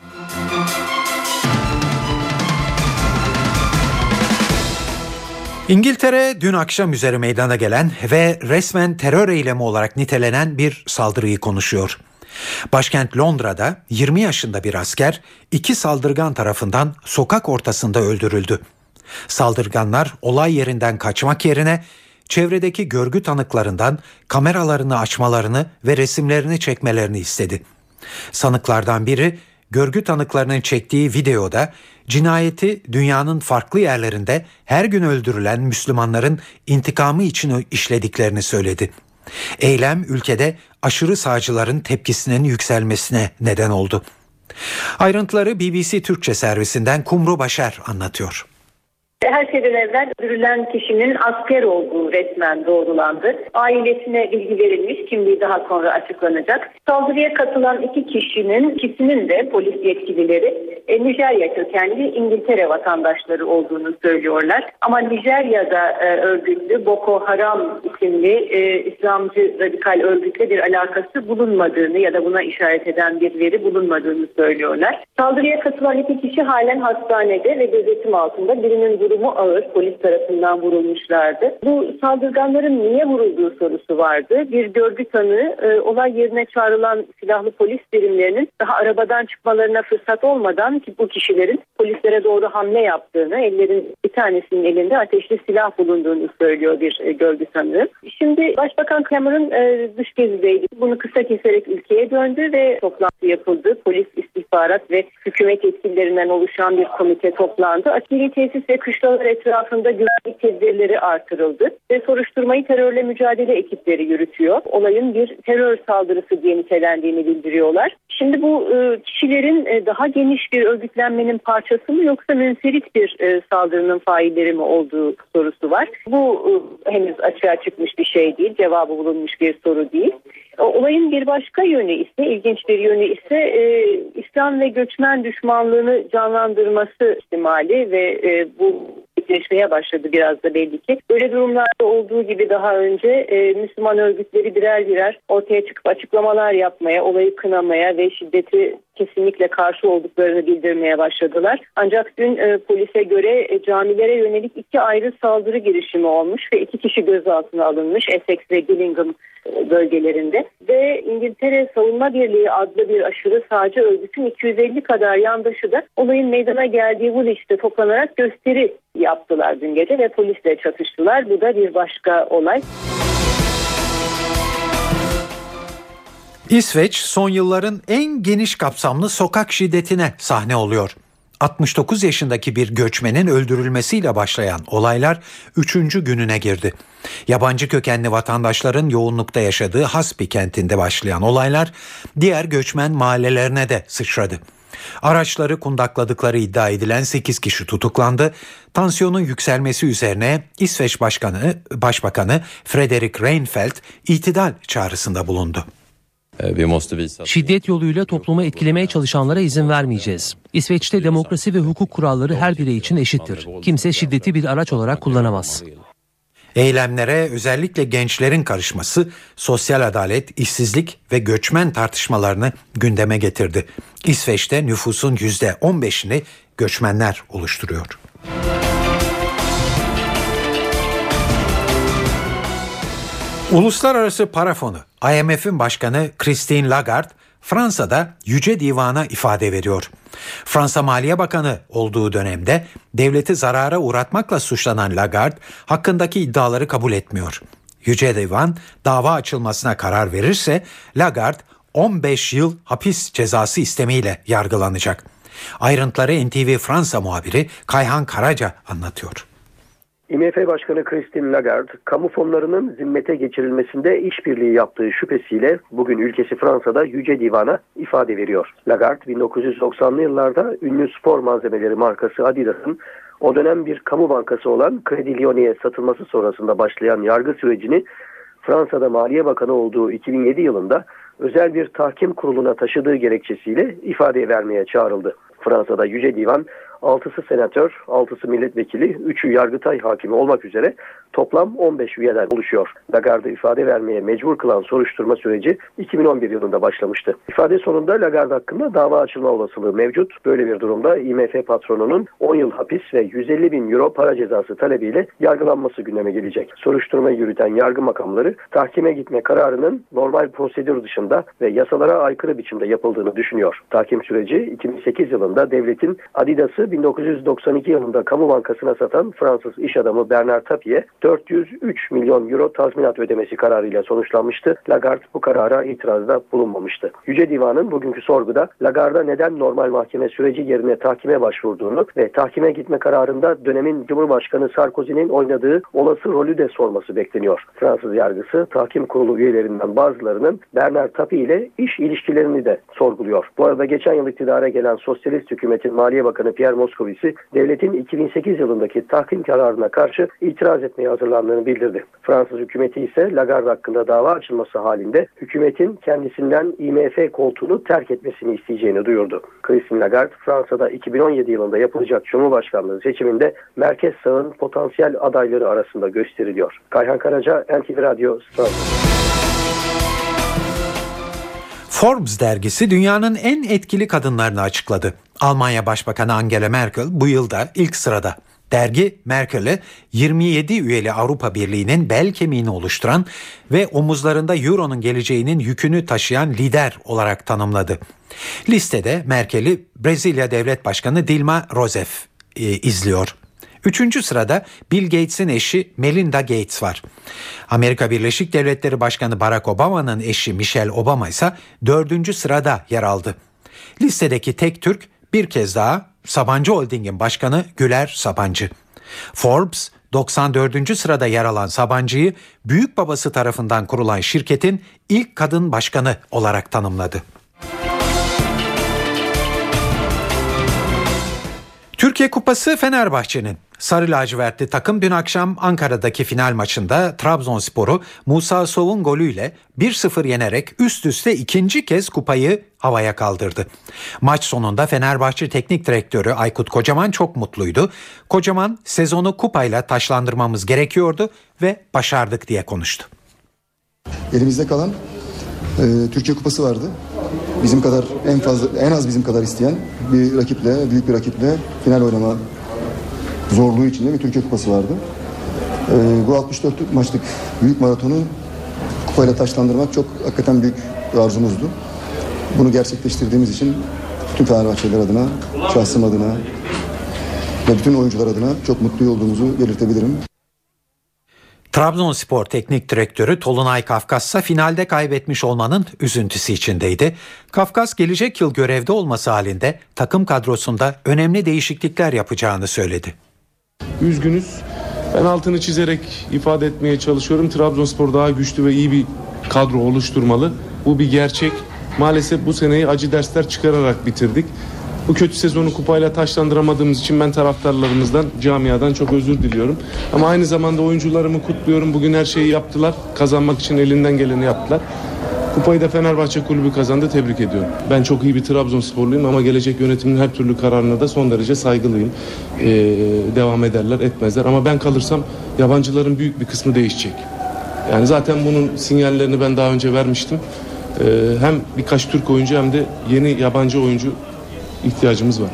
İngiltere dün akşam üzeri meydana gelen ve resmen terör eylemi olarak nitelenen bir saldırıyı konuşuyor. Başkent Londra'da 20 yaşında bir asker 2 saldırgan tarafından sokak ortasında öldürüldü. Saldırganlar olay yerinden kaçmak yerine çevredeki görgü tanıklarından kameralarını açmalarını ve resimlerini çekmelerini istedi. Sanıklardan biri görgü tanıklarının çektiği videoda cinayeti dünyanın farklı yerlerinde her gün öldürülen Müslümanların intikamı için işlediklerini söyledi. Eylem ülkede aşırı sağcıların tepkisinin yükselmesine neden oldu. Ayrıntıları BBC Türkçe servisinden Kumru Başar anlatıyor. Her şeyden evvel öldürülen kişinin asker olduğu resmen doğrulandı. Ailesine bilgi verilmiş, kimliği daha sonra açıklanacak. Saldırıya katılan 2 kişinin ikisinin de polis yetkilileri Nijerya kökenli İngiltere vatandaşları olduğunu söylüyorlar. Ama Nijerya'da örgütlü Boko Haram isimli İslamcı radikal örgütle bir alakası bulunmadığını ya da buna işaret eden bir veri bulunmadığını söylüyorlar. Saldırıya katılan 2 kişi halen hastanede ve gözetim altında. Birinin durumu ağır, polis tarafından vurulmuşlardı. Bu saldırganların niye vurulduğu sorusu vardı. Bir görgü tanığı olay yerine çağrılan silahlı polis birimlerinin daha arabadan çıkmalarına fırsat olmadan ki bu kişilerin polislere doğru hamle yaptığını, bir tanesinin elinde ateşli silah bulunduğunu söylüyor bir görgü tanığı. Şimdi Başbakan Cameron dış gezideydi. Bunu kısa keserek ülkeye döndü ve toplantı yapıldı. Polis, istihbarat ve hükümet yetkililerinden oluşan bir komite toplandı. Askeri tesis ve kışlalar etrafında güvenlik tedbirleri artırıldı ve soruşturmayı terörle mücadele ekipleri yürütüyor. Olayın bir terör saldırısı diye nitelendiğini bildiriyorlar. Şimdi bu kişilerin daha geniş bir örgütlenmenin parçası mı yoksa münferit bir saldırının failleri mi olduğu sorusu var. Bu henüz açığa çıkmış bir şey değil, cevabı bulunmuş bir soru değil. Olayın bir başka yönü ise, ilginç bir yönü ise İslam ve göçmen düşmanlığını canlandırması ihtimali ve bu netleşmeye başladı biraz da belli ki. Böyle durumlarda olduğu gibi daha önce Müslüman örgütleri birer birer ortaya çıkıp açıklamalar yapmaya, olayı kınamaya ve şiddeti kesinlikle karşı olduklarını bildirmeye başladılar. Ancak dün polise göre camilere yönelik 2 ayrı saldırı girişimi olmuş ve 2 kişi gözaltına alınmış Essex ve Gillingham bölgelerinde. Ve İngiltere Savunma Birliği adlı bir aşırı sağcı örgütün 250 kadar yandaşı da olayın meydana geldiği Woolwich'te toplanarak gösteri yaptılar dün gece ve polisle çatıştılar. Bu da bir başka olay. İsveç son yılların en geniş kapsamlı sokak şiddetine sahne oluyor. 69 yaşındaki bir göçmenin öldürülmesiyle başlayan olaylar 3. gününe girdi. Yabancı kökenli vatandaşların yoğunlukta yaşadığı Hasbi kentinde başlayan olaylar diğer göçmen mahallelerine de sıçradı. Araçları kundakladıkları iddia edilen 8 kişi tutuklandı. Tansiyonun yükselmesi üzerine İsveç Başbakanı Fredrik Reinfeldt itidal çağrısında bulundu. Şiddet yoluyla toplumu etkilemeye çalışanlara izin vermeyeceğiz. İsveç'te demokrasi ve hukuk kuralları her birey için eşittir. Kimse şiddeti bir araç olarak kullanamaz. Eylemlere özellikle gençlerin karışması sosyal adalet, işsizlik ve göçmen tartışmalarını gündeme getirdi. İsveç'te nüfusun %15'ini göçmenler oluşturuyor. Uluslararası Para Fonu, IMF'in başkanı Christine Lagarde, Fransa'da Yüce Divan'a ifade veriyor. Fransa Maliye Bakanı olduğu dönemde devleti zarara uğratmakla suçlanan Lagarde, hakkındaki iddiaları kabul etmiyor. Yüce Divan dava açılmasına karar verirse Lagarde 15 yıl hapis cezası istemiyle yargılanacak. Ayrıntıları NTV Fransa muhabiri Kayhan Karaca anlatıyor. IMF Başkanı Christine Lagarde, kamu fonlarının zimmete geçirilmesinde işbirliği yaptığı şüphesiyle bugün ülkesi Fransa'da Yüce Divan'a ifade veriyor. Lagarde, 1990'lı yıllarda ünlü spor malzemeleri markası Adidas'ın o dönem bir kamu bankası olan Crédit Lyonnais satılması sonrasında başlayan yargı sürecini Fransa'da Maliye Bakanı olduğu 2007 yılında özel bir tahkim kuruluna taşıdığı gerekçesiyle ifade vermeye çağrıldı. Fransa'da Yüce Divan 6'sı senatör, 6'sı milletvekili, 3'ü Yargıtay hakimi olmak üzere toplam 15 üyeden oluşuyor. Lagarde'ı ifade vermeye mecbur kılan soruşturma süreci 2011 yılında başlamıştı. İfade sonunda Lagarde hakkında dava açılma olasılığı mevcut. Böyle bir durumda IMF patronunun 10 yıl hapis ve 150 bin euro para cezası talebiyle yargılanması gündeme gelecek. Soruşturmayı yürüten yargı makamları tahkime gitme kararının normal prosedür dışında ve yasalara aykırı biçimde yapıldığını düşünüyor. Tahkim süreci 2008 yılında devletin Adidas'ı 1992 yılında kamu bankasına satan Fransız iş adamı Bernard Tapie'ye 403 milyon euro tazminat ödemesi kararıyla sonuçlanmıştı. Lagarde bu karara itirazda bulunmamıştı. Yüce Divan'ın bugünkü sorguda Lagarde'a neden normal mahkeme süreci yerine tahkime başvurduğunu ve tahkime gitme kararında dönemin Cumhurbaşkanı Sarkozy'nin oynadığı olası rolü de sorması bekleniyor. Fransız yargısı tahkim kurulu üyelerinden bazılarının Bernard Tapie ile iş ilişkilerini de sorguluyor. Bu arada geçen yıl iktidara gelen sosyalist hükümetin Maliye Bakanı Pierre Moscovici devletin 2008 yılındaki tahkim kararına karşı itiraz etmeye hazırlandığını bildirdi. Fransız hükümeti ise Lagarde hakkında dava açılması halinde hükümetin kendisinden IMF koltuğunu terk etmesini isteyeceğini duyurdu. Christine Lagarde, Fransa'da 2017 yılında yapılacak Cumhurbaşkanlığı seçiminde merkez sağın potansiyel adayları arasında gösteriliyor. Kayhan Karaca, NTV Radyo, Strasbourg. Forbes dergisi dünyanın en etkili kadınlarını açıkladı. Almanya Başbakanı Angela Merkel bu yılda ilk sırada. Dergi Merkel'i 27 üyeli Avrupa Birliği'nin bel kemiğini oluşturan ve omuzlarında Euro'nun geleceğinin yükünü taşıyan lider olarak tanımladı. Listede Merkel'i Brezilya Devlet Başkanı Dilma Rousseff izliyor. 3. sırada Bill Gates'in eşi Melinda Gates var. Amerika Birleşik Devletleri Başkanı Barack Obama'nın eşi Michelle Obama ise 4. sırada yer aldı. Listedeki tek Türk bir kez daha Sabancı Holding'in başkanı Güler Sabancı. Forbes 94. sırada yer alan Sabancı'yı büyük babası tarafından kurulan şirketin ilk kadın başkanı olarak tanımladı. Türkiye Kupası Fenerbahçe'nin. Sarı lacivertli takım dün akşam Ankara'daki final maçında Trabzonspor'u Musa Sow'un golüyle 1-0 yenerek üst üste ikinci kez kupayı havaya kaldırdı. Maç sonunda Fenerbahçe Teknik Direktörü Aykut Kocaman çok mutluydu. Kocaman sezonu kupayla taçlandırmamız gerekiyordu ve başardık diye konuştu. Elimizde kalan Türkiye Kupası vardı. Bizim kadar en az bizim kadar isteyen bir rakiple, büyük bir rakiple final oynama zorluğu içinde bir Türkiye Kupası vardı. Bu 64 maçlık büyük maratonu kupayla taçlandırmak çok hakikaten büyük bir arzumuzdu. Bunu gerçekleştirdiğimiz için bütün Fenerbahçeliler adına, şahsım adına ve bütün oyuncular adına çok mutlu olduğumuzu belirtebilirim. Trabzonspor Teknik Direktörü Tolunay Kafkas ise finalde kaybetmiş olmanın üzüntüsü içindeydi. Kafkas gelecek yıl görevde olması halinde takım kadrosunda önemli değişiklikler yapacağını söyledi. Üzgünüz. Ben altını çizerek ifade etmeye çalışıyorum. Trabzonspor daha güçlü ve iyi bir kadro oluşturmalı. Bu bir gerçek. Maalesef bu seneyi acı dersler çıkararak bitirdik. Bu kötü sezonu kupayla taçlandıramadığımız için ben taraftarlarımızdan, camiadan çok özür diliyorum. Ama aynı zamanda oyuncularımı kutluyorum. Bugün her şeyi yaptılar. Kazanmak için elinden geleni yaptılar. Kupayı da Fenerbahçe Kulübü kazandı. Tebrik ediyorum. Ben çok iyi bir Trabzonsporluyum ama gelecek yönetimin her türlü kararına da son derece saygılıyım. Devam ederler, etmezler. Ama ben kalırsam yabancıların büyük bir kısmı değişecek. Yani zaten bunun sinyallerini ben daha önce vermiştim. Hem birkaç Türk oyuncu hem de yeni yabancı oyuncu ihtiyacımız var.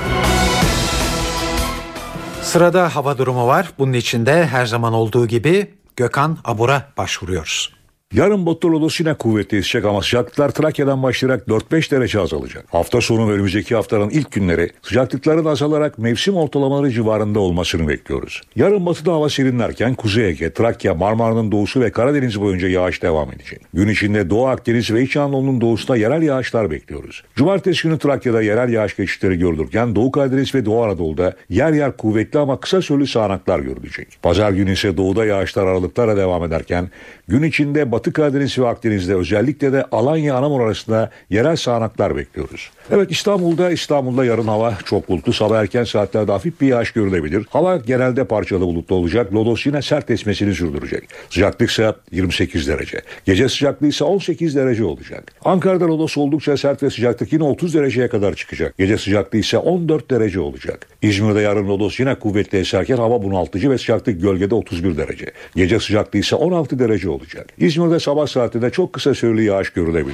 Sırada hava durumu var. Bunun için de her zaman olduğu gibi Gökhan Abur'a başvuruyoruz. Yarın Botlu Lodos yine kuvvetli esecek ama sıcaklıklar Trakya'dan başlayarak 4-5 derece azalacak. Hafta sonu ve önümüzdeki haftanın ilk günleri sıcaklıkların azalarak mevsim ortalamaları civarında olmasını bekliyoruz. Yarın batıda hava serinlerken Kuzey Ege, Trakya, Marmara'nın doğusu ve Karadeniz boyunca yağış devam edecek. Gün içinde Doğu Akdeniz ve İç Anadolu'nun doğusunda yerel yağışlar bekliyoruz. Cumartesi günü Trakya'da yerel yağış geçişleri görülürken Doğu Karadeniz ve Doğu Anadolu'da yer yer kuvvetli ama kısa süreli sağanaklar görülecek. Pazar günü ise doğuda yağışlar aralıklarla devam ederken gün içinde Batı Karadeniz ve Akdeniz'de özellikle de Alanya Anamur arasında yerel sağanaklar bekliyoruz. Evet İstanbul'da yarın hava çok bulutlu. Sabah erken saatlerde hafif bir yağış görülebilir. Hava genelde parçalı bulutlu olacak. Lodos yine sert esmesini sürdürecek. Sıcaklık ise 28 derece. Gece sıcaklığı ise 18 derece olacak. Ankara'da Lodos oldukça sert ve sıcaklık yine 30 dereceye kadar çıkacak. Gece sıcaklığı ise 14 derece olacak. İzmir'de yarın Lodos yine kuvvetli eserken hava bunaltıcı ve sıcaklık gölgede 31 derece. Gece sıcaklığı ise 16 derece olacak. İzmir'de sabah saatinde çok kısa süreli yağış görülebilir.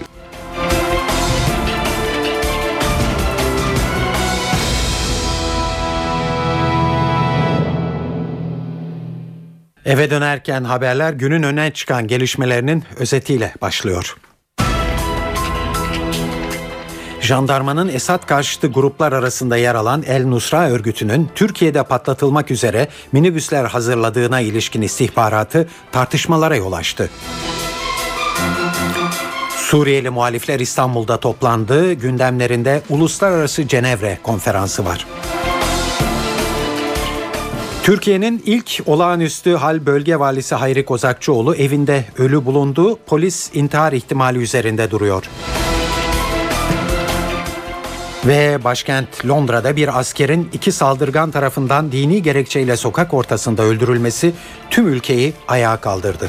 Eve dönerken haberler günün öne çıkan gelişmelerinin özetiyle başlıyor. Jandarmanın Esad karşıtı gruplar arasında yer alan El Nusra örgütünün Türkiye'de patlatılmak üzere minibüsler hazırladığına ilişkin istihbaratı tartışmalara yol açtı. Suriyeli muhalifler İstanbul'da toplandı. Gündemlerinde Uluslararası Cenevre Konferansı var. Türkiye'nin ilk olağanüstü hal bölge valisi Hayri Kozakçıoğlu evinde ölü bulundu. Polis intihar ihtimali üzerinde duruyor. Ve başkent Londra'da bir askerin 2 saldırgan tarafından dini gerekçeyle sokak ortasında öldürülmesi tüm ülkeyi ayağa kaldırdı.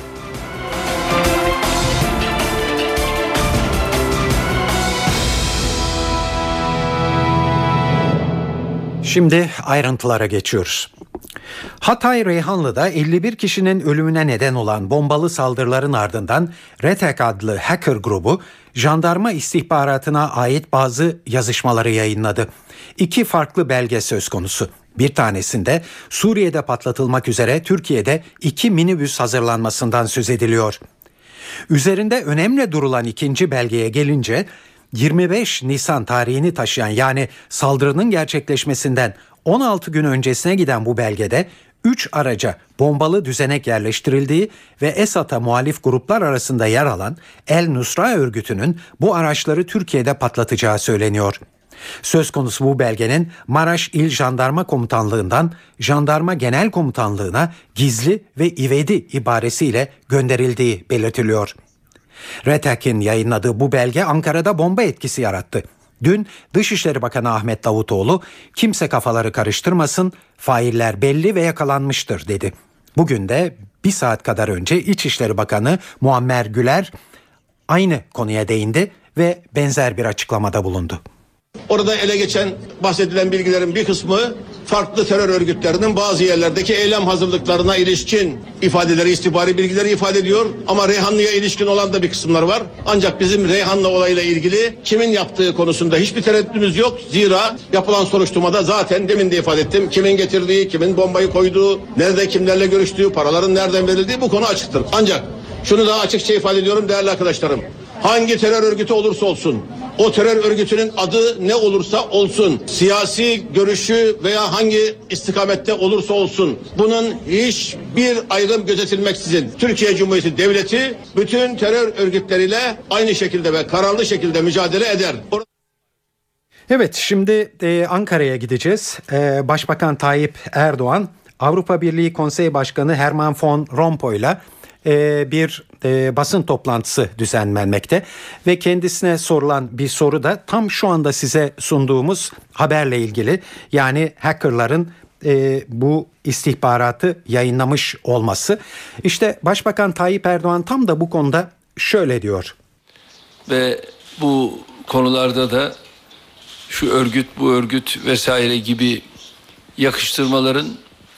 Şimdi ayrıntılara geçiyoruz. Hatay Reyhanlı'da 51 kişinin ölümüne neden olan bombalı saldırıların ardından RETEK adlı hacker grubu jandarma istihbaratına ait bazı yazışmaları yayınladı. 2 farklı belge söz konusu. Bir tanesinde Suriye'de patlatılmak üzere Türkiye'de 2 minibüs hazırlanmasından söz ediliyor. Üzerinde önemli durulan ikinci belgeye gelince 25 Nisan tarihini taşıyan, yani saldırının gerçekleşmesinden 16 gün öncesine giden bu belgede 3 araca bombalı düzenek yerleştirildiği ve Esad'a muhalif gruplar arasında yer alan El Nusra örgütünün bu araçları Türkiye'de patlatacağı söyleniyor. Söz konusu bu belgenin Maraş İl Jandarma Komutanlığı'ndan Jandarma Genel Komutanlığı'na gizli ve ivedi ibaresiyle gönderildiği belirtiliyor. RETEK'in yayınladığı bu belge Ankara'da bomba etkisi yarattı. Dün Dışişleri Bakanı Ahmet Davutoğlu kimse kafaları karıştırmasın, failler belli ve yakalanmıştır dedi. Bugün de bir saat kadar önce İçişleri Bakanı Muammer Güler aynı konuya değindi ve benzer bir açıklamada bulundu. Orada ele geçen, bahsedilen bilgilerin bir kısmı farklı terör örgütlerinin bazı yerlerdeki eylem hazırlıklarına ilişkin ifadeleri, istihbari bilgileri ifade ediyor. Ama Reyhanlı'ya ilişkin olan da bir kısımlar var. Ancak bizim Reyhanlı olayla ilgili kimin yaptığı konusunda hiçbir tereddütümüz yok. Zira yapılan soruşturmada zaten demin de ifade ettim. Kimin getirdiği, kimin bombayı koyduğu, nerede kimlerle görüştüğü, paraların nereden verildiği bu konu açıktır. Ancak şunu daha açıkça ifade ediyorum değerli arkadaşlarım. Hangi terör örgütü olursa olsun, o terör örgütünün adı ne olursa olsun, siyasi görüşü veya hangi istikamette olursa olsun, bunun hiçbir ayrım gözetilmeksizin Türkiye Cumhuriyeti Devleti bütün terör örgütleriyle aynı şekilde ve kararlı şekilde mücadele eder. Evet, şimdi Ankara'ya gideceğiz. Başbakan Tayyip Erdoğan, Avrupa Birliği Konsey Başkanı Herman Van Rompuy'la bir basın toplantısı düzenlenmekte ve kendisine sorulan bir soru da tam şu anda size sunduğumuz haberle ilgili, yani hackerların bu istihbaratı yayınlamış olması. İşte Başbakan Tayyip Erdoğan tam da bu konuda şöyle diyor. Ve bu konularda da şu örgüt, bu örgüt vesaire gibi yakıştırmaların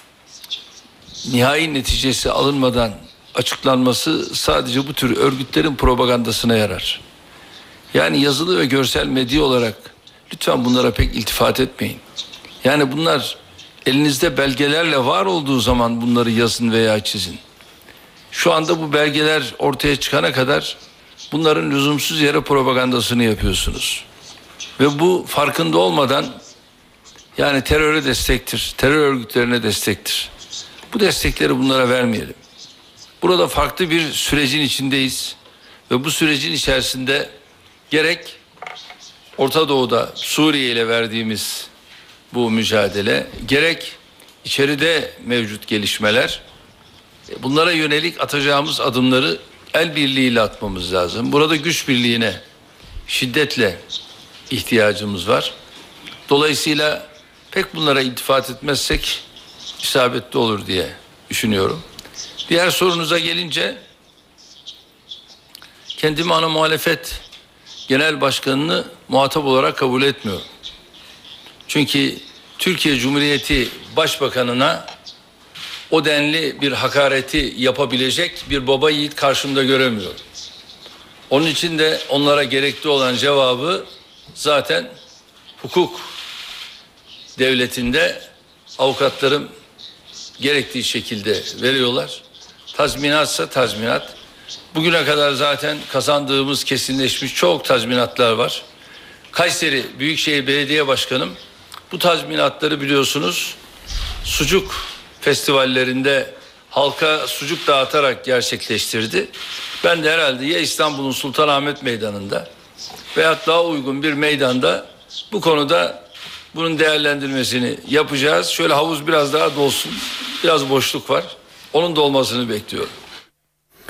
nihai neticesi alınmadan açıklanması sadece bu tür örgütlerin propagandasına yarar. Yani yazılı ve görsel medya olarak lütfen bunlara pek iltifat etmeyin. Yani bunlar elinizde belgelerle var olduğu zaman bunları yazın veya çizin. Şu anda bu belgeler ortaya çıkana kadar bunların lüzumsuz yere propagandasını yapıyorsunuz. Ve bu farkında olmadan yani teröre destektir, terör örgütlerine destektir. Bu destekleri bunlara vermeyelim. Burada farklı bir sürecin içindeyiz ve bu sürecin içerisinde gerek Orta Doğu'da Suriye ile verdiğimiz bu mücadele, gerek içeride mevcut gelişmeler, bunlara yönelik atacağımız adımları el birliğiyle atmamız lazım. Burada güç birliğine şiddetle ihtiyacımız var. Dolayısıyla pek bunlara iltifat etmezsek isabetli olur diye düşünüyorum. Diğer sorunuza gelince, kendimi ana muhalefet genel başkanını muhatap olarak kabul etmiyorum. Çünkü Türkiye Cumhuriyeti Başbakanına o denli bir hakareti yapabilecek bir baba yiğit karşımda göremiyorum. Onun için de onlara gerekli olan cevabı zaten hukuk devletinde avukatlarım gerektiği şekilde veriyorlar. Tazminatsa tazminat. Bugüne kadar zaten kazandığımız kesinleşmiş çok tazminatlar var. Kayseri Büyükşehir Belediye Başkanım bu tazminatları biliyorsunuz sucuk festivallerinde halka sucuk dağıtarak gerçekleştirdi. Ben de herhalde ya İstanbul'un Sultanahmet Meydanı'nda veyahut daha uygun bir meydanda bu konuda bunun değerlendirmesini yapacağız. Şöyle havuz biraz daha dolsun. Biraz boşluk var. Onun dolmasını bekliyorum.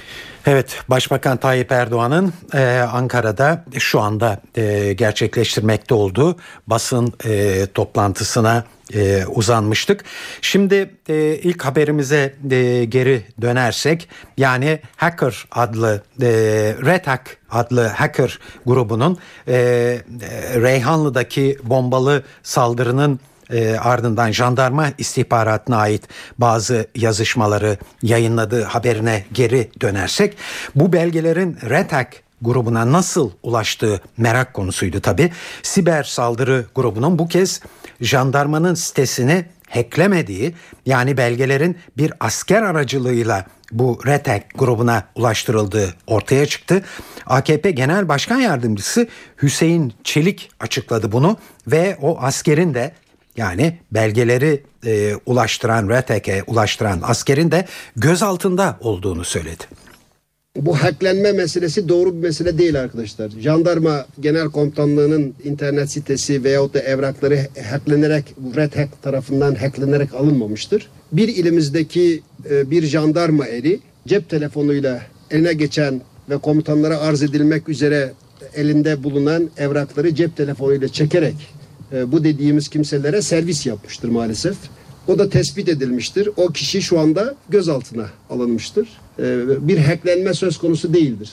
Evet, Başbakan Tayyip Erdoğan'ın Ankara'da şu anda gerçekleştirmekte olduğu basın toplantısına uzanmıştık. Şimdi ilk haberimize geri dönersek, yani Hacker adlı Red Hack adlı hacker grubunun Reyhanlı'daki bombalı saldırının ardından jandarma istihbaratına ait bazı yazışmaları yayınladığı haberine geri dönersek, bu belgelerin Red Hack grubuna nasıl ulaştığı merak konusuydu tabii. Siber saldırı grubunun bu kez jandarmanın sitesini hacklemediği, yani belgelerin bir asker aracılığıyla bu Red Hack grubuna ulaştırıldığı ortaya çıktı. AKP Genel Başkan Yardımcısı Hüseyin Çelik açıkladı bunu ve o askerin de, yani belgeleri ulaştıran, Red Hack'e ulaştıran askerin de gözaltında olduğunu söyledi. Bu hacklenme meselesi doğru bir mesele değil arkadaşlar. Jandarma Genel Komutanlığı'nın internet sitesi veyahut da evrakları hacklenerek, Red Hack tarafından hacklenerek alınmamıştır. Bir ilimizdeki bir jandarma eri cep telefonuyla eline geçen ve komutanlara arz edilmek üzere elinde bulunan evrakları cep telefonuyla çekerek bu dediğimiz kimselere servis yapmıştır maalesef. O da tespit edilmiştir. O kişi şu anda gözaltına alınmıştır. Bir hacklenme söz konusu değildir.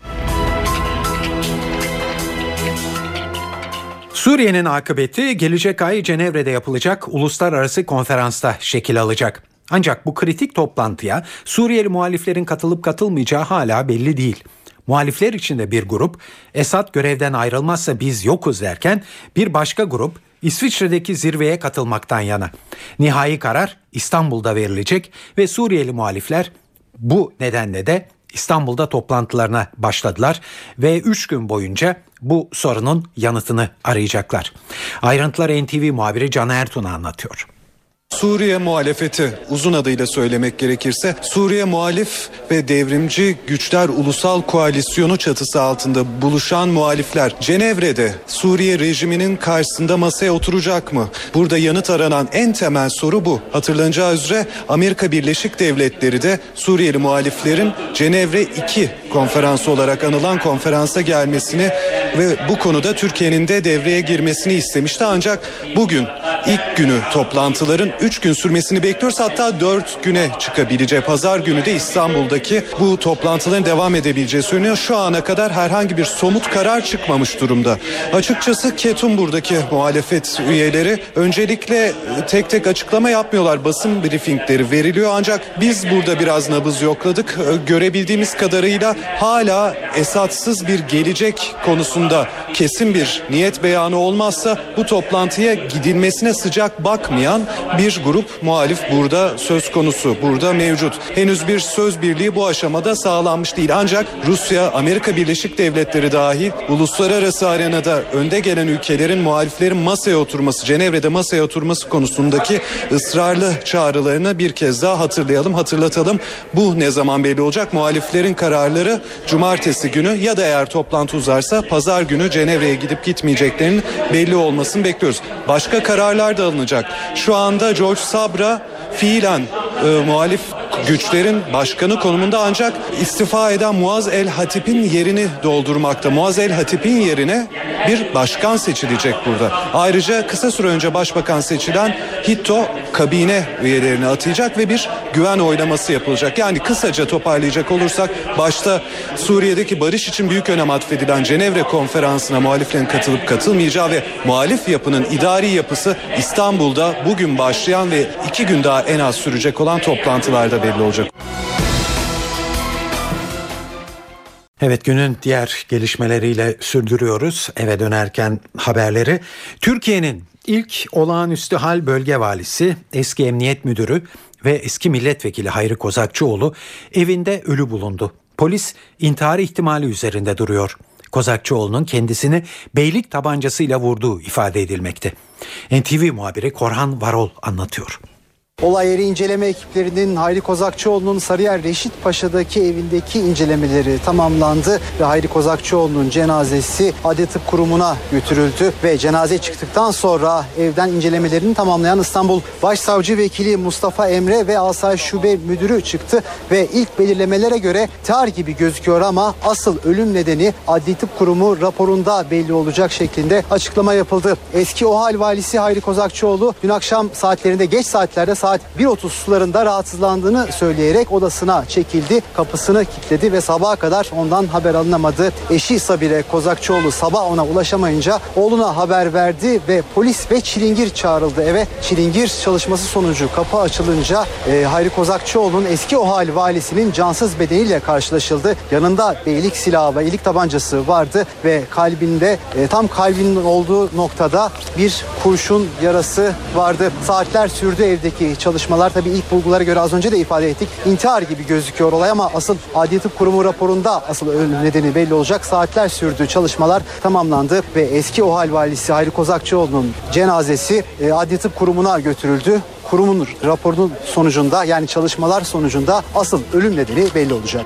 Suriye'nin akıbeti gelecek ay Cenevre'de yapılacak uluslararası konferansta şekil alacak. Ancak bu kritik toplantıya Suriyeli muhaliflerin katılıp katılmayacağı hala belli değil. Muhalifler içinde bir grup Esad görevden ayrılmazsa biz yokuz derken, bir başka grup İsviçre'deki zirveye katılmaktan yana. Nihai karar İstanbul'da verilecek ve Suriyeli muhalifler bu nedenle de İstanbul'da toplantılarına başladılar ve 3 gün boyunca bu sorunun yanıtını arayacaklar. Ayrıntıları NTV muhabiri Can Ertuğ anlatıyor. Suriye muhalefeti, uzun adıyla söylemek gerekirse Suriye Muhalif ve Devrimci Güçler Ulusal Koalisyonu çatısı altında buluşan muhalifler Cenevre'de Suriye rejiminin karşısında masaya oturacak mı? Burada yanıt aranan en temel soru bu. Hatırlanacağı üzere Amerika Birleşik Devletleri de Suriyeli muhaliflerin Cenevre 2 konferansı olarak anılan konferansa gelmesini ve bu konuda Türkiye'nin de devreye girmesini istemişti. Ancak bugün ilk günü toplantıların 3 gün sürmesini bekliyoruz. Hatta 4 güne çıkabileceği, pazar günü de İstanbul'daki bu toplantıların devam edebileceği söyleniyor. Şu ana kadar herhangi bir somut karar çıkmamış durumda. Açıkçası Ketum buradaki muhalefet üyeleri öncelikle tek tek açıklama yapmıyorlar. Basın briefingleri veriliyor, ancak biz burada biraz nabız yokladık. Görebildiğimiz kadarıyla hala Esad'sız bir gelecek konusunda kesin bir niyet beyanı olmazsa bu toplantıya gidilmesine sıcak bakmayan bir grup muhalif burada söz konusu, burada mevcut. Henüz bir söz birliği bu aşamada sağlanmış değil. Ancak Rusya, Amerika Birleşik Devletleri dahil uluslararası arenada önde gelen ülkelerin muhaliflerin masaya oturması, Cenevre'de masaya oturması konusundaki ısrarlı çağrılarını bir kez daha hatırlatalım. Bu ne zaman belli olacak? Muhaliflerin kararları cumartesi günü ya da eğer toplantı uzarsa pazar günü Cenevre'ye gidip gitmeyeceklerinin belli olmasını bekliyoruz. Başka kararlar da alınacak. Şu anda George Sabra fiilen muhalif güçlerin başkanı konumunda, ancak istifa eden Muaz El Hatip'in yerini doldurmakta. Muaz El Hatip'in yerine bir başkan seçilecek burada. Ayrıca kısa süre önce başbakan seçilen Hitto kabine üyelerini atayacak ve bir güven oylaması yapılacak. Yani kısaca toparlayacak olursak, başta Suriye'deki barış için büyük önem atfedilen Cenevre konferansına muhaliflerin katılıp katılmayacağı ve muhalif yapının idari yapısı İstanbul'da bugün başlayan ve 2 gün daha en az sürecek olan toplantılarda belli olacak. Evet, günün diğer gelişmeleriyle sürdürüyoruz eve dönerken haberleri. Türkiye'nin ilk olağanüstü hal bölge valisi, eski emniyet müdürü ve eski milletvekili Hayri Kozakçıoğlu evinde ölü bulundu. Polis intihar ihtimali üzerinde duruyor. Kozakçıoğlu'nun kendisini beylik tabancasıyla vurduğu ifade edilmekte. NTV muhabiri Korhan Varol anlatıyor. Olay yeri inceleme ekiplerinin Hayri Kozakçıoğlu'nun Sarıyer Reşit Paşa'daki evindeki incelemeleri tamamlandı ve Hayri Kozakçıoğlu'nun cenazesi Adli Tıp Kurumu'na götürüldü ve cenaze çıktıktan sonra evden incelemelerini tamamlayan İstanbul Başsavcı Vekili Mustafa Emre ve Asayiş Şube Müdürü çıktı ve ilk belirlemelere göre intihar gibi gözüküyor ama asıl ölüm nedeni Adli Tıp Kurumu raporunda belli olacak şeklinde açıklama yapıldı. Eski OHAL valisi Hayri Kozakçıoğlu dün akşam saatlerinde, geç saatlerde saat 1.30 sularında rahatsızlandığını söyleyerek odasına çekildi. Kapısını kilitledi ve sabaha kadar ondan haber alınamadı. Eşi Sabire Kozakçıoğlu sabah ona ulaşamayınca oğluna haber verdi ve polis ve çilingir çağrıldı eve. Çilingir çalışması sonucu kapı açılınca Hayri Kozakçıoğlu'nun eski OHAL valisinin cansız bedeniyle karşılaşıldı. Yanında beylik silahı ve beylik tabancası vardı ve kalbinde, tam kalbinin olduğu noktada bir kurşun yarası vardı. Saatler sürdü evdeki çalışmalar. Tabii ilk bulgulara göre az önce de ifade ettik. İntihar gibi gözüküyor olay ama asıl Adli Tıp Kurumu raporunda asıl ölüm nedeni belli olacak. Saatler sürdü. Çalışmalar tamamlandı ve eski OHAL valisi Hayri Kozakçıoğlu'nun cenazesi Adli Tıp Kurumu'na götürüldü. Kurumun raporunun sonucunda, yani çalışmalar sonucunda asıl ölüm nedeni belli olacak.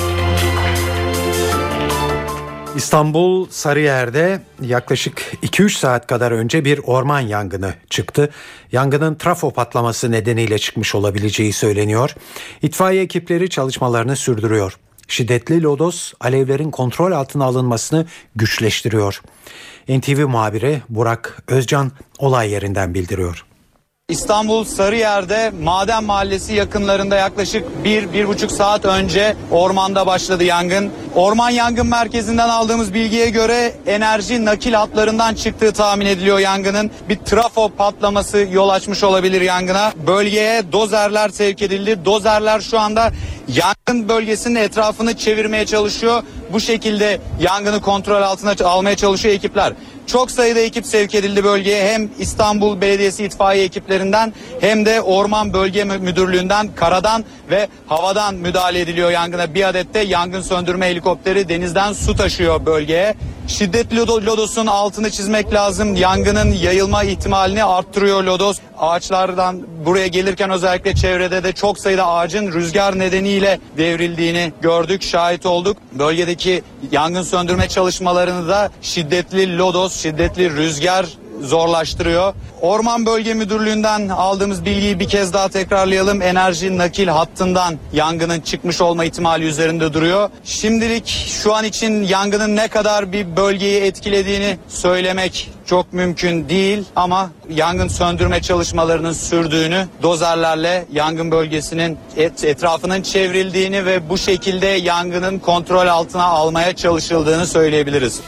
İstanbul Sarıyer'de yaklaşık 2-3 saat kadar önce bir orman yangını çıktı. Yangının trafo patlaması nedeniyle çıkmış olabileceği söyleniyor. İtfaiye ekipleri çalışmalarını sürdürüyor. Şiddetli lodos alevlerin kontrol altına alınmasını güçleştiriyor. NTV muhabiri Burak Özcan olay yerinden bildiriyor. İstanbul Sarıyer'de Maden Mahallesi yakınlarında yaklaşık 1-1,5 saat önce ormanda başladı yangın. Orman Yangın Merkezi'nden aldığımız bilgiye göre enerji nakil hatlarından çıktığı tahmin ediliyor yangının. Bir trafo patlaması yol açmış olabilir yangına. Bölgeye dozerler sevk edildi. Dozerler şu anda yangın bölgesinin etrafını çevirmeye çalışıyor. Bu şekilde yangını kontrol altına almaya çalışıyor ekipler. Çok sayıda ekip sevk edildi bölgeye. Hem İstanbul Belediyesi itfaiye ekiplerinden hem de Orman Bölge Müdürlüğü'nden karadan ve havadan müdahale ediliyor yangına. Bir adet de yangın söndürme helikopteri denizden su taşıyor bölgeye. Şiddetli lodosun altını çizmek lazım. Yangının yayılma ihtimalini arttırıyor lodos. Ağaçlardan buraya gelirken özellikle çevrede de çok sayıda ağacın rüzgar nedeniyle devrildiğini gördük, şahit olduk. Bölgedeki yangın söndürme çalışmalarını da şiddetli lodos, şiddetli rüzgar zorlaştırıyor. Orman Bölge Müdürlüğü'nden aldığımız bilgiyi bir kez daha tekrarlayalım. Enerji nakil hattından yangının çıkmış olma ihtimali üzerinde duruyor. Şimdilik şu an için yangının ne kadar bir bölgeyi etkilediğini söylemek çok mümkün değil ama yangın söndürme çalışmalarının sürdüğünü, dozerlerle yangın bölgesinin etrafının çevrildiğini ve bu şekilde yangının kontrol altına almaya çalışıldığını söyleyebiliriz.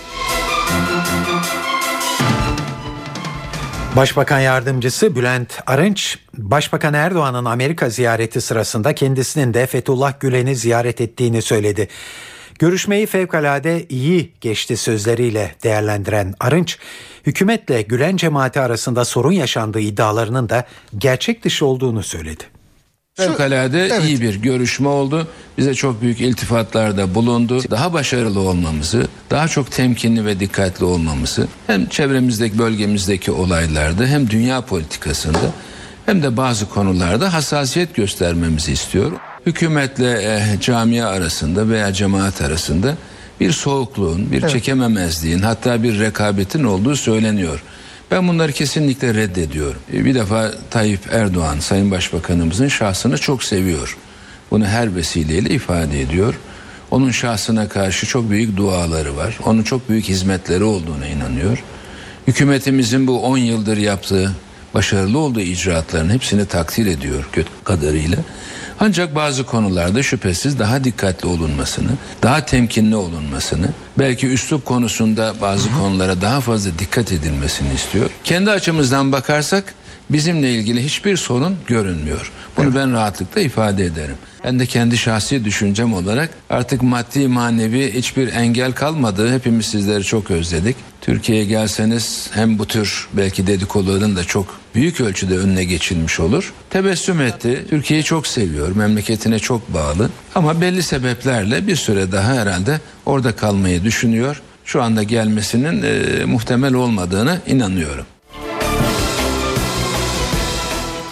Başbakan Yardımcısı Bülent Arınç, Başbakan Erdoğan'ın Amerika ziyareti sırasında kendisinin de Fethullah Gülen'i ziyaret ettiğini söyledi. Görüşmeyi fevkalade iyi geçti sözleriyle değerlendiren Arınç, hükümetle Gülen cemaati arasında sorun yaşandığı iddialarının da gerçek dışı olduğunu söyledi. Fevkalade iyi bir görüşme oldu. Bize çok büyük iltifatlarda bulundu. Daha başarılı olmamızı, daha çok temkinli ve dikkatli olmamızı hem çevremizdeki, bölgemizdeki olaylarda hem dünya politikasında hem de bazı konularda hassasiyet göstermemizi istiyor. Hükümetle camia arasında veya cemaat arasında bir soğukluğun, bir çekememezliğin, hatta bir rekabetin olduğu söyleniyor. Ben bunları kesinlikle reddediyorum. Bir defa Tayyip Erdoğan, Sayın Başbakanımızın şahsını çok seviyor. Bunu her vesileyle ifade ediyor. Onun şahsına karşı çok büyük duaları var. Onun çok büyük hizmetleri olduğuna inanıyor. Hükümetimizin bu 10 yıldır yaptığı, başarılı olduğu icraatların hepsini takdir ediyor kötü kadarıyla. Ancak bazı konularda şüphesiz daha dikkatli olunmasını, daha temkinli olunmasını, belki üslup konusunda bazı konulara daha fazla dikkat edilmesini istiyor. Kendi açımızdan bakarsak bizimle ilgili hiçbir sorun görünmüyor. Bunu ben rahatlıkla ifade ederim. Ben de kendi şahsi düşüncem olarak artık maddi manevi hiçbir engel kalmadı. Hepimiz sizleri çok özledik. Türkiye'ye gelseniz hem bu tür belki dedikoduların da çok büyük ölçüde önüne geçilmiş olur. Tebessüm etti. Türkiye'yi çok seviyor. Memleketine çok bağlı. Ama belli sebeplerle bir süre daha herhalde orada kalmayı düşünüyor. Şu anda gelmesinin muhtemel olmadığını inanıyorum.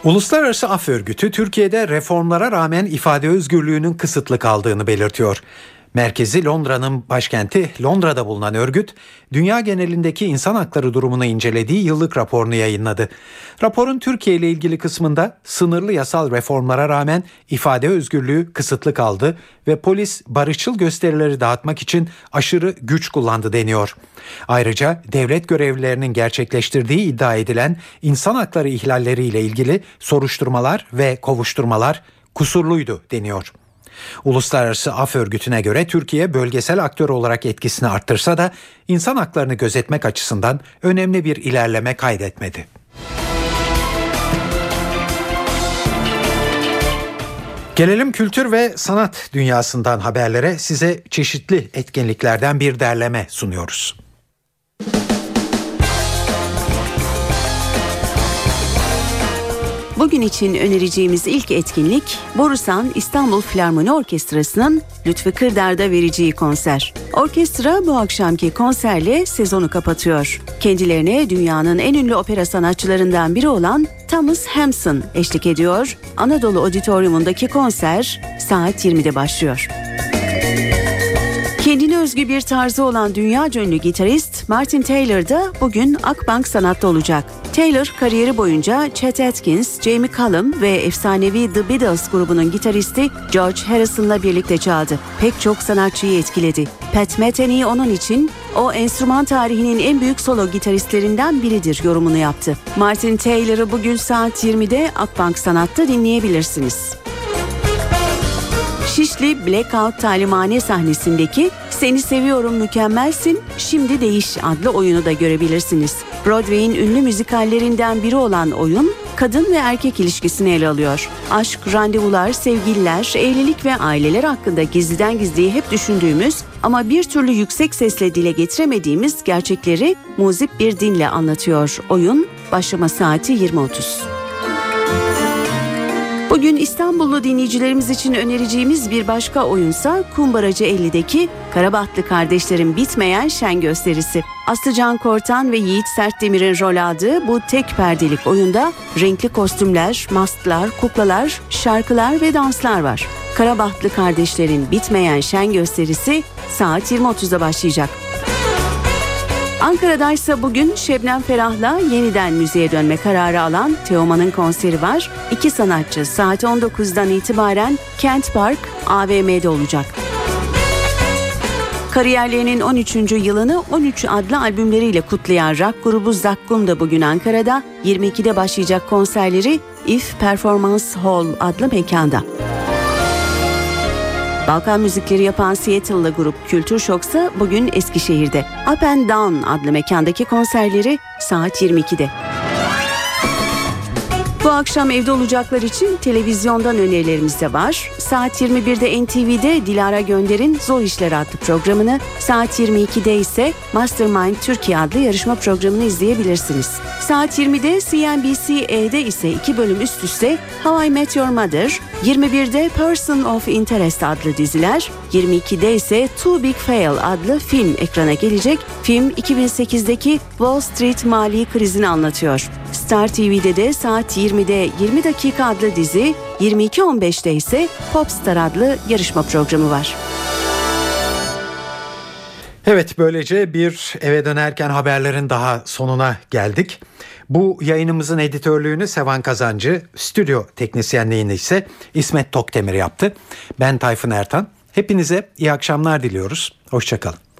Uluslararası Af Örgütü Türkiye'de reformlara rağmen ifade özgürlüğünün kısıtlı kaldığını belirtiyor. Merkezi Londra'nın başkenti Londra'da bulunan örgüt, dünya genelindeki insan hakları durumunu incelediği yıllık raporunu yayınladı. Raporun Türkiye ile ilgili kısmında sınırlı yasal reformlara rağmen ifade özgürlüğü kısıtlı kaldı ve polis barışçıl gösterileri dağıtmak için aşırı güç kullandı deniyor. Ayrıca devlet görevlilerinin gerçekleştirdiği iddia edilen insan hakları ihlalleriyle ilgili soruşturmalar ve kovuşturmalar kusurluydu deniyor. Uluslararası Af Örgütü'ne göre Türkiye bölgesel aktör olarak etkisini arttırsa da insan haklarını gözetmek açısından önemli bir ilerleme kaydetmedi. Gelelim kültür ve sanat dünyasından haberlere. Size çeşitli etkinliklerden bir derleme sunuyoruz. Bugün için önereceğimiz ilk etkinlik Borusan İstanbul Filarmoni Orkestrası'nın Lütfü Kırdar'da vereceği konser. Orkestra bu akşamki konserle sezonu kapatıyor. Kendilerine dünyanın en ünlü opera sanatçılarından biri olan Thomas Hampson eşlik ediyor. Anadolu Auditorium'undaki konser saat 20'de başlıyor. Kendine özgü bir tarzı olan dünyaca ünlü gitarist Martin Taylor da bugün Akbank Sanat'ta olacak. Taylor kariyeri boyunca Chet Atkins, Jamie Cullum ve efsanevi The Beatles grubunun gitaristi George Harrison'la birlikte çaldı. Pek çok sanatçıyı etkiledi. Pat Metheny onun için o enstrüman tarihinin en büyük solo gitaristlerinden biridir yorumunu yaptı. Martin Taylor'ı bugün saat 20'de Akbank Sanat'ta dinleyebilirsiniz. Şişli Blackout Talimhane sahnesindeki Seni Seviyorum Mükemmelsin, Şimdi Değiş adlı oyunu da görebilirsiniz. Broadway'in ünlü müzikallerinden biri olan oyun, kadın ve erkek ilişkisini ele alıyor. Aşk, randevular, sevgililer, evlilik ve aileler hakkında gizliden gizliye hep düşündüğümüz ama bir türlü yüksek sesle dile getiremediğimiz gerçekleri muzip bir dinle anlatıyor. Oyun, başlama saati 20.30. Bugün İstanbullu dinleyicilerimiz için önereceğimiz bir başka oyunsa Kumbaracı 50'deki Karabahtlı kardeşlerin bitmeyen şen gösterisi. Aslıcan Kortan ve Yiğit Sertdemir'in rol aldığı bu tek perdelik oyunda renkli kostümler, masklar, kuklalar, şarkılar ve danslar var. Karabahtlı kardeşlerin bitmeyen şen gösterisi saat 20.30'da başlayacak. Ankara'daysa bugün Şebnem Ferah'la yeniden müziğe dönme kararı alan Teoman'ın konseri var. İki sanatçı saat 19'dan itibaren Kent Park AVM'de olacak. Kariyerlerinin 13. yılını 13 adlı albümleriyle kutlayan rock grubu Zakkum da bugün Ankara'da 22'de başlayacak konserleri If Performance Hall adlı mekanda. Balkan müzikleri yapan Seattle'lı grup Kültür Şok'sa bugün Eskişehir'de. Up and Down adlı mekandaki konserleri saat 22'de. Bu akşam evde olacaklar için televizyondan önerilerimiz de var. Saat 21'de NTV'de Dilara Gönder'in Zor İşler adlı programını, saat 22'de ise Mastermind Türkiye adlı yarışma programını izleyebilirsiniz. Saat 20'de CNBC-E'de ise 2 bölüm üst üste How I Met Your Mother, 21'de Person of Interest adlı diziler, 22'de ise Too Big Fail adlı film ekrana gelecek. Film 2008'deki Wall Street mali krizini anlatıyor. Star TV'de de saat 20'de 20 dakika adlı dizi, 22.15'te ise Popstar adlı yarışma programı var. Evet, böylece bir eve dönerken haberlerin daha sonuna geldik. Bu yayınımızın editörlüğünü Sevan Kazancı, stüdyo teknisyenliğini ise İsmet Tokdemir yaptı. Ben Tayfun Ertan. Hepinize iyi akşamlar diliyoruz. Hoşça kalın.